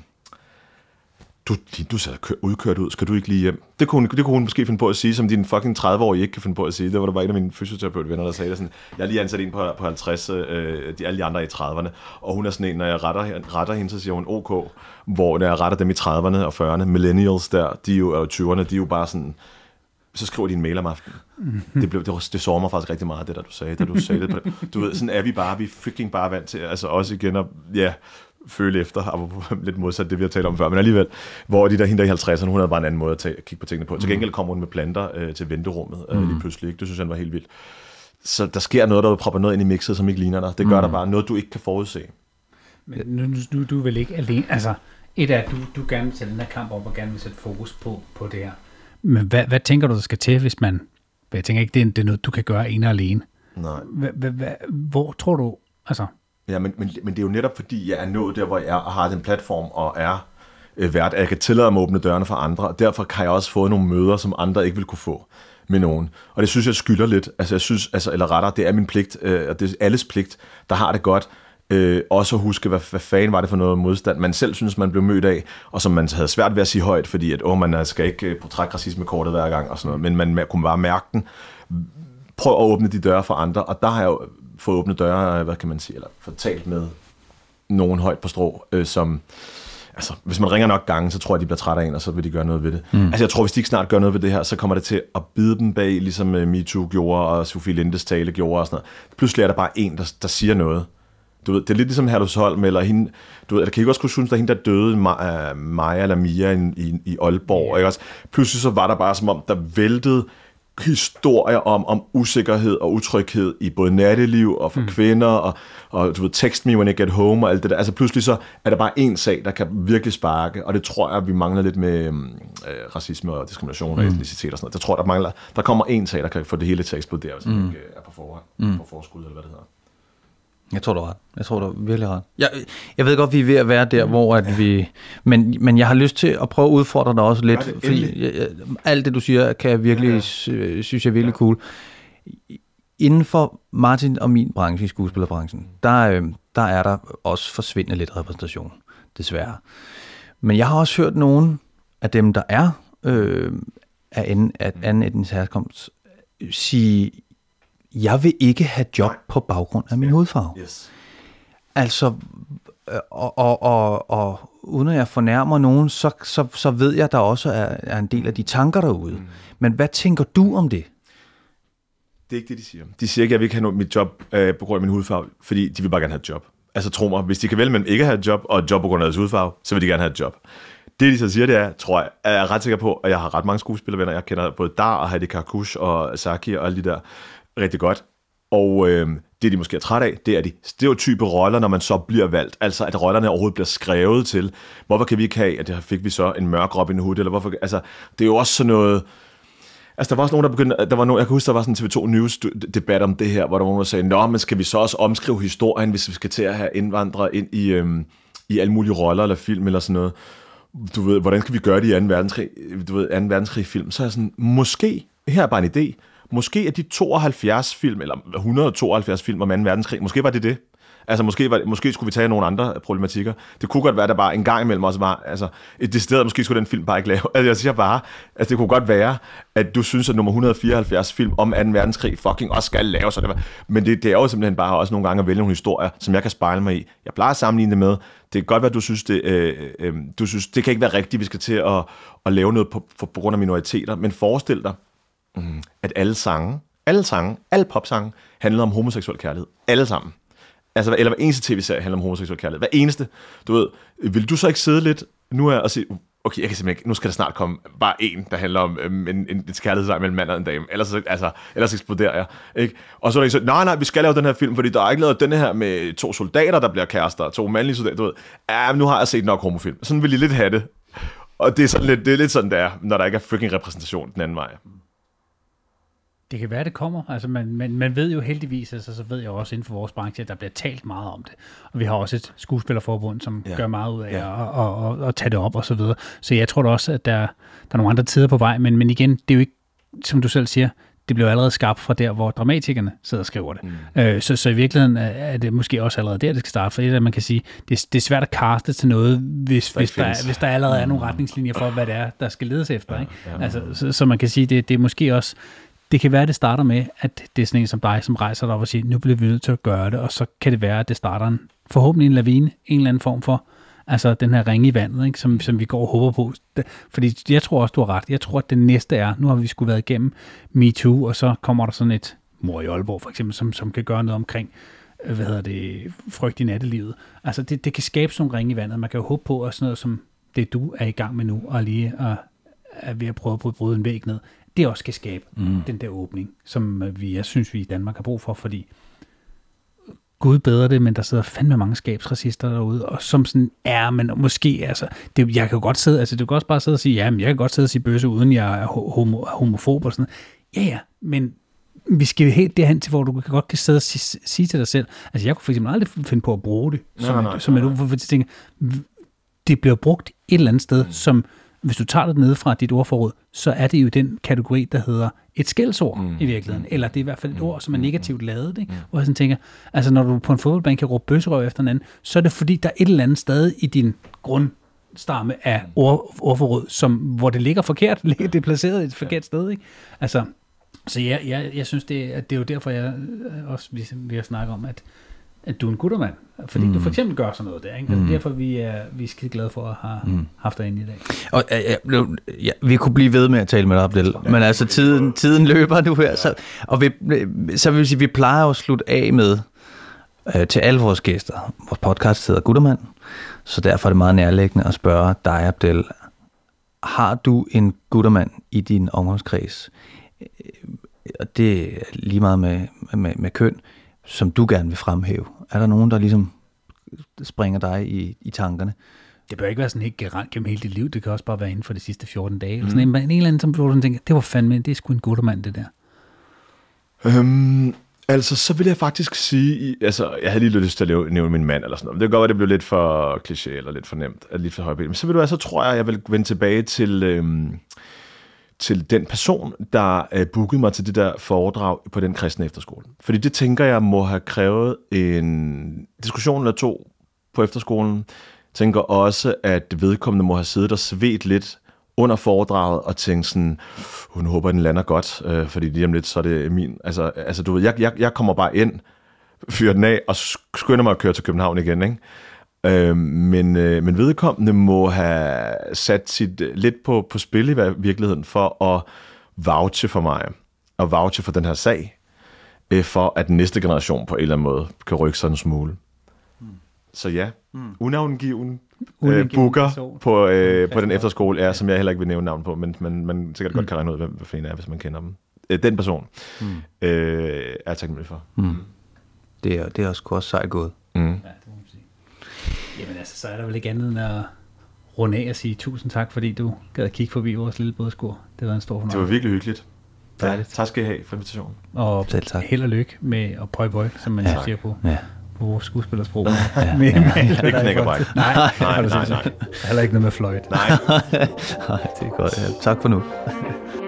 du, du ser udkørt ud, skal du ikke lige hjem? Det kunne, hun, det kunne hun måske finde på at sige, som din fucking tredive-årige ikke kan finde på at sige. Det var der bare en af mine fysioterapeutvenner, der sagde det sådan. Jeg har lige ansat en på, på halvtreds, øh, de alle de andre i trediverne, og hun er sådan en, når jeg retter, retter hende, så siger hun OK, hvor når jeg retter dem i trediverne og fyrrerne, millennials der, de er jo er tyverne, de er jo bare sådan, så skriver de en mail om aftenen. Mm-hmm. Det, blev, det, det sårer mig faktisk rigtig meget, det der du sagde, da du sagde det. På, du ved, sådan er vi bare, vi er freaking bare vant til, altså også igen at, ja, føle efter, lidt modsat det, vi har talt om før, men alligevel, hvor de der hende der i halvtredserne, hun havde bare en anden måde at tage, kigge på tingene på. Mm. Til gengæld kommer hun med planter øh, til venterummet, øh, lige pludselig, ikke? Det synes jeg var helt vildt. Så der sker noget, der propper noget ind i mixet, som ikke ligner dig. Det gør mm. der bare noget, du ikke kan forudse. Men nu, nu du er vel ikke alene, altså, et er, at du, du gerne vil tage den her kamp op, og gerne vil sætte fokus på, på det her. Men hvad, hvad tænker du, der skal til, hvis man, jeg tænker ikke, det er, det er noget, du kan gøre ene og alene. Nej. Hvor tror du, altså... Ja, men, men, men det er jo netop fordi, jeg er nået der, hvor jeg er, og har den platform, og er øh, vært, at jeg kan tillade mig at åbne dørene for andre, og derfor kan jeg også få nogle møder, som andre ikke vil kunne få med nogen. Og det synes jeg skylder lidt. Altså, jeg synes, altså, eller rettere, det er min pligt, øh, og det er alles pligt, der har det godt, øh, også at huske, hvad, hvad fanden var det for noget modstand, man selv synes, man blev mødt af, og som man havde svært ved at sige højt, fordi at, åh, man skal ikke trække racisme-kortet hver gang, og sådan noget, men man, man kunne bare mærke den. Prøv at åbne de døre for andre, og der har jeg jo fået åbne døre, hvad kan man sige, eller fortalt med nogen højt på strå, øh, som, altså, hvis man ringer nok gange, så tror jeg, de bliver trætte af en, og så vil de gøre noget ved det. Mm. Altså, jeg tror, hvis de ikke snart gør noget ved det her, så kommer det til at bide dem bag, ligesom MeToo gjorde, og Sofie Lindes tale gjorde, og sådan noget. Pludselig er der bare en, der, der siger noget. Du ved, det er lidt ligesom Herlufsholm, eller hende, du ved, jeg kan ikke også kunne synes, der er hende, der døde, Maja eller Mia i, i, i Aalborg, ikke også? Pludselig så var der bare som om, der væltede historier om, om usikkerhed og utryghed i både natteliv og for mm. kvinder, og, og du ved, text me when I get home, og alt det der. Altså pludselig så er der bare én sag, der kan virkelig sparke, og det tror jeg, vi mangler lidt med øh, racisme og diskrimination og mm. etnicitet og sådan noget. Der tror jeg, der mangler, der kommer én sag, der kan få det hele til at eksplodere, hvis mm. det ikke er på forhånd, mm. på forskud, eller hvad det hedder. Jeg tror, du er ret. Jeg tror, du er virkelig ret. Jeg, jeg ved godt, vi er ved at være der, mm. hvor at vi... Men, men jeg har lyst til at prøve at udfordre dig også lidt, fordi jeg, jeg, alt det, du siger, kan jeg virkelig, ja, ja. synes jeg er virkelig cool. Inden for Martin og min branche, i skuespillerbranchen, der, der er der også forsvindende lidt repræsentation, desværre. Men jeg har også hørt nogen af dem, der er øh, af anden, af anden etnisk herkomst, sige... Jeg vil ikke have job på baggrund af min hudfarve. Yes. Altså, og, og, og, og uden at jeg fornærmer nogen, så, så, så ved jeg, at der også er, er en del af de tanker derude. Mm. Men hvad tænker du om det? Det er ikke det, de siger. De siger ikke, at jeg vil ikke have mit job øh, på grund af min hudfarve, fordi de vil bare gerne have et job. Altså tro mig, hvis de kan vælge mellem ikke at have et job og et job på grund af deres hudfarve, så vil de gerne have et job. Det, de så siger, det er, tror jeg, er jeg ret sikker på, og jeg har ret mange skuespillervenner. Jeg kender både Dar og Heidi Karkush og Saki og alle de der rigtig godt. Og øh, det, de måske er træt af, det er de stereotype roller, når man så bliver valgt. Altså, at rollerne overhovedet bliver skrevet til. Hvorfor kan vi ikke have, at det fik vi så en mørk Robin Hood, eller hvorfor... Altså, det er jo også sådan noget... Altså, der var også nogen, der begyndte... Der var nogen, jeg kan huske, der var sådan en T V to News-debat om det her, hvor der var nogen, der sagde, nå, men skal vi så også omskrive historien, hvis vi skal til at have indvandrere ind i, øhm, i alle mulige roller, eller film, eller sådan noget. Du ved, hvordan skal vi gøre det i anden verdenskrig, du ved, anden verdenskrig-film? Så er jeg sådan, måske, her er bare en idé, måske er de tooghalvfjerds film, eller et hundrede og tooghalvfjerds film om anden verdenskrig, måske var det det. Altså, måske, var det, måske skulle vi tage nogle andre problematikker. Det kunne godt være, at der bare en gang imellem også var, altså, et decideret, måske skulle den film bare ikke lave. Altså, jeg siger bare, at det kunne godt være, at du synes, at nummer et hundrede og fireoghalvfjerds film om anden verdenskrig fucking også skal laves. Det var. Men det, det er jo simpelthen bare også nogle gange at vælge nogle historier, som jeg kan spejle mig i. Jeg plejer at sammenligne det med, det kan godt være, at du synes, det, øh, øh, du synes, det kan ikke være rigtigt, vi skal til at, at lave noget på, på, på grund af minoriteter, men forestil dig, mm, at alle sange, alle sange, alle popsange handler om homoseksuel kærlighed. Alle sammen. Altså, eller hver eneste tv-serie handler om homoseksuel kærlighed. Hver eneste. Du ved, vil du så ikke sidde lidt nu er og sige, okay, jeg kan simpelthen ikke, nu skal der snart komme bare en, der handler om øhm, en, en, en kærlighedssang mellem mand og en dame. Ellers, altså, ellers eksploderer jeg. Ikke? Og så er der ikke så, nej, nej, vi skal lave den her film, fordi der er ikke lavet den her med to soldater, der bliver kærester, to mandlige soldater, du ved. Ja, men nu har jeg set nok homofilm. Sådan vil I lidt have det. Og det er, sådan lidt, det er lidt sådan, det er, når der ikke er freaking repræsentation den anden vej. Det kan være, det kommer. Altså, man, man, man ved jo heldigvis, altså, så ved jeg også inden for vores branche, at der bliver talt meget om det. Og vi har også et skuespillerforbund, som ja. gør meget ud af ja. at, at, at, at tage det op og så videre. Så jeg tror da også, at der, der er nogle andre tider på vej. Men, men igen, det er jo ikke, som du selv siger, det bliver allerede skabt fra der, hvor dramatikerne sidder og skriver det. Mm. Øh, så, så i virkeligheden er det måske også allerede der, det skal starte. For det er, man kan sige, det er, det er svært at kaste til noget, hvis, hvis, der, er, hvis der allerede er nogle retningslinjer for, hvad det er, der skal ledes efter. Ikke? Ja, ja. Altså, så, så man kan sige, det, det er måske også... Det kan være, at det starter med, at det er sådan en som dig, som rejser dig op og siger, nu bliver vi nødt til at gøre det, og så kan det være, at det starter en, forhåbentlig en lavine, en eller anden form for, altså den her ringe i vandet, ikke, som, som vi går og håber på. Fordi jeg tror også, du har ret. Jeg tror, at det næste er, nu har vi sgu været igennem MeToo, og så kommer der sådan et mor i Aalborg, for eksempel, som, som kan gøre noget omkring, hvad hedder det, frygt i nattelivet. Altså det, det kan skabe sådan nogle ringe i vandet. Man kan jo håbe på, at sådan noget som det, du er i gang med nu, og lige er, er ved at prøve at bryde en væg ned, det også skal skabe mm. den der åbning, som vi, jeg synes, vi i Danmark har brug for, fordi Gud bedre det, men der sidder fandme mange skabsracister derude, og som sådan er, men måske, altså, det, jeg kan jo godt sidde, altså, du kan også bare sidde og sige, ja, men jeg kan godt sidde og sige bøsse, uden jeg er homo, homofob og sådan noget. Ja, ja, men vi skal helt derhen til, hvor du godt kan sidde og sige, sige til dig selv, altså jeg kunne for eksempel aldrig finde på at bruge det, som, nej, nej, som nej, nej. Et, for jeg tænker, det bliver brugt et eller andet sted, mm. som hvis du tager det ned fra dit ordforråd, så er det jo den kategori, der hedder et skældsord mm. i virkeligheden. Eller det er i hvert fald et ord, som er negativt ladet. Ikke? Mm. Hvor jeg sådan tænker, altså når du på en fodboldbane kan råbe bøsserøv efter en anden, så er det fordi, der er et eller andet sted i din grundstamme af ord, ordforråd, som, hvor det ligger forkert, det er placeret et forkert sted. Ikke? Altså, så ja, jeg, jeg synes, det er, det er jo derfor, jeg også vi, vi har snakket om, at at du er en guttermand, fordi mm. du for eksempel gør sådan noget der, ikke? Mm. Derfor vi er vi er skide glade for at have mm. haft dig inde i dag. Og ja, ja, vi kunne blive ved med at tale med dig, Abdel, ja, men altså tiden, tiden løber nu her, så, og vi, så vil vi sige, vi plejer at slutte af med øh, til alle vores gæster. Vores podcast hedder Guttermand, så derfor er det meget nærliggende at spørge dig, Abdel, har du en guttermand i din omgangskreds, og det er lige meget med, med, med køn, som du gerne vil fremhæve? Er der nogen, der ligesom springer dig i, i tankerne? Det bør ikke være sådan helt generelt gennem hele dit liv. Det kan også bare være inden for de sidste fjorten dage. Mm. Eller sådan en, en eller anden, som du tænker, det var fandme, det er sgu en guttermand, det der. Øhm, altså, så vil jeg faktisk sige, altså, jeg havde lige lyst til at nævne min mand, eller sådan noget. Men det kan godt være, det blev lidt for kliché, eller lidt for nemt, eller lidt for højbenet. Men så vil du altså, tror jeg, jeg vil vende tilbage til... Øhm, til den person, der øh, bookede mig til det der foredrag på den kristne efterskole. Fordi det tænker jeg må have krævet en diskussion eller to på efterskolen. Jeg tænker også, at vedkommende må have siddet og svedt lidt under foredraget og tænkt sådan, hun håber, den lander godt, øh, fordi lige om lidt, så er det min... Altså, altså du ved, jeg, jeg, jeg kommer bare ind, fyrer den af og skynder mig at køre til København igen, ikke? Øh, men, øh, men vedkommende må have sat sit lidt på, på spil i virkeligheden for at vouche for mig, og vouche for den her sag, øh, for at næste generation på en eller anden måde kan rykke sig en smule. Mm. Så ja, mm. unavngiven øh, booker på, øh, på den efterskole er, som jeg heller ikke vil nævne navn på, men man, man sikkert mm. godt kan regne ud, hvem det er, hvis man kender dem. Øh, den person mm. øh, er jeg taknemmelig for. Mm. Det er, det er også, også sejt gået. Mm. Ja, jamen altså, så er der vel ikke andet end at runde af og sige tusind tak, fordi du gad at kigge forbi vores lille bådskur. Det var en stor fornøjelse. Det var virkelig hyggeligt. Ja, tak skal I have for invitationen. Og held og lykke med at prøve bøj, som man ja. siger på, ja. på vores skuespillersprog. Ja. Ja. Med, med, ikke knækkerbræk. Nej, nej, nej, nej, nej. Heller ikke noget med fløjt. Nej. Nej, det er godt. Ja. Tak for nu.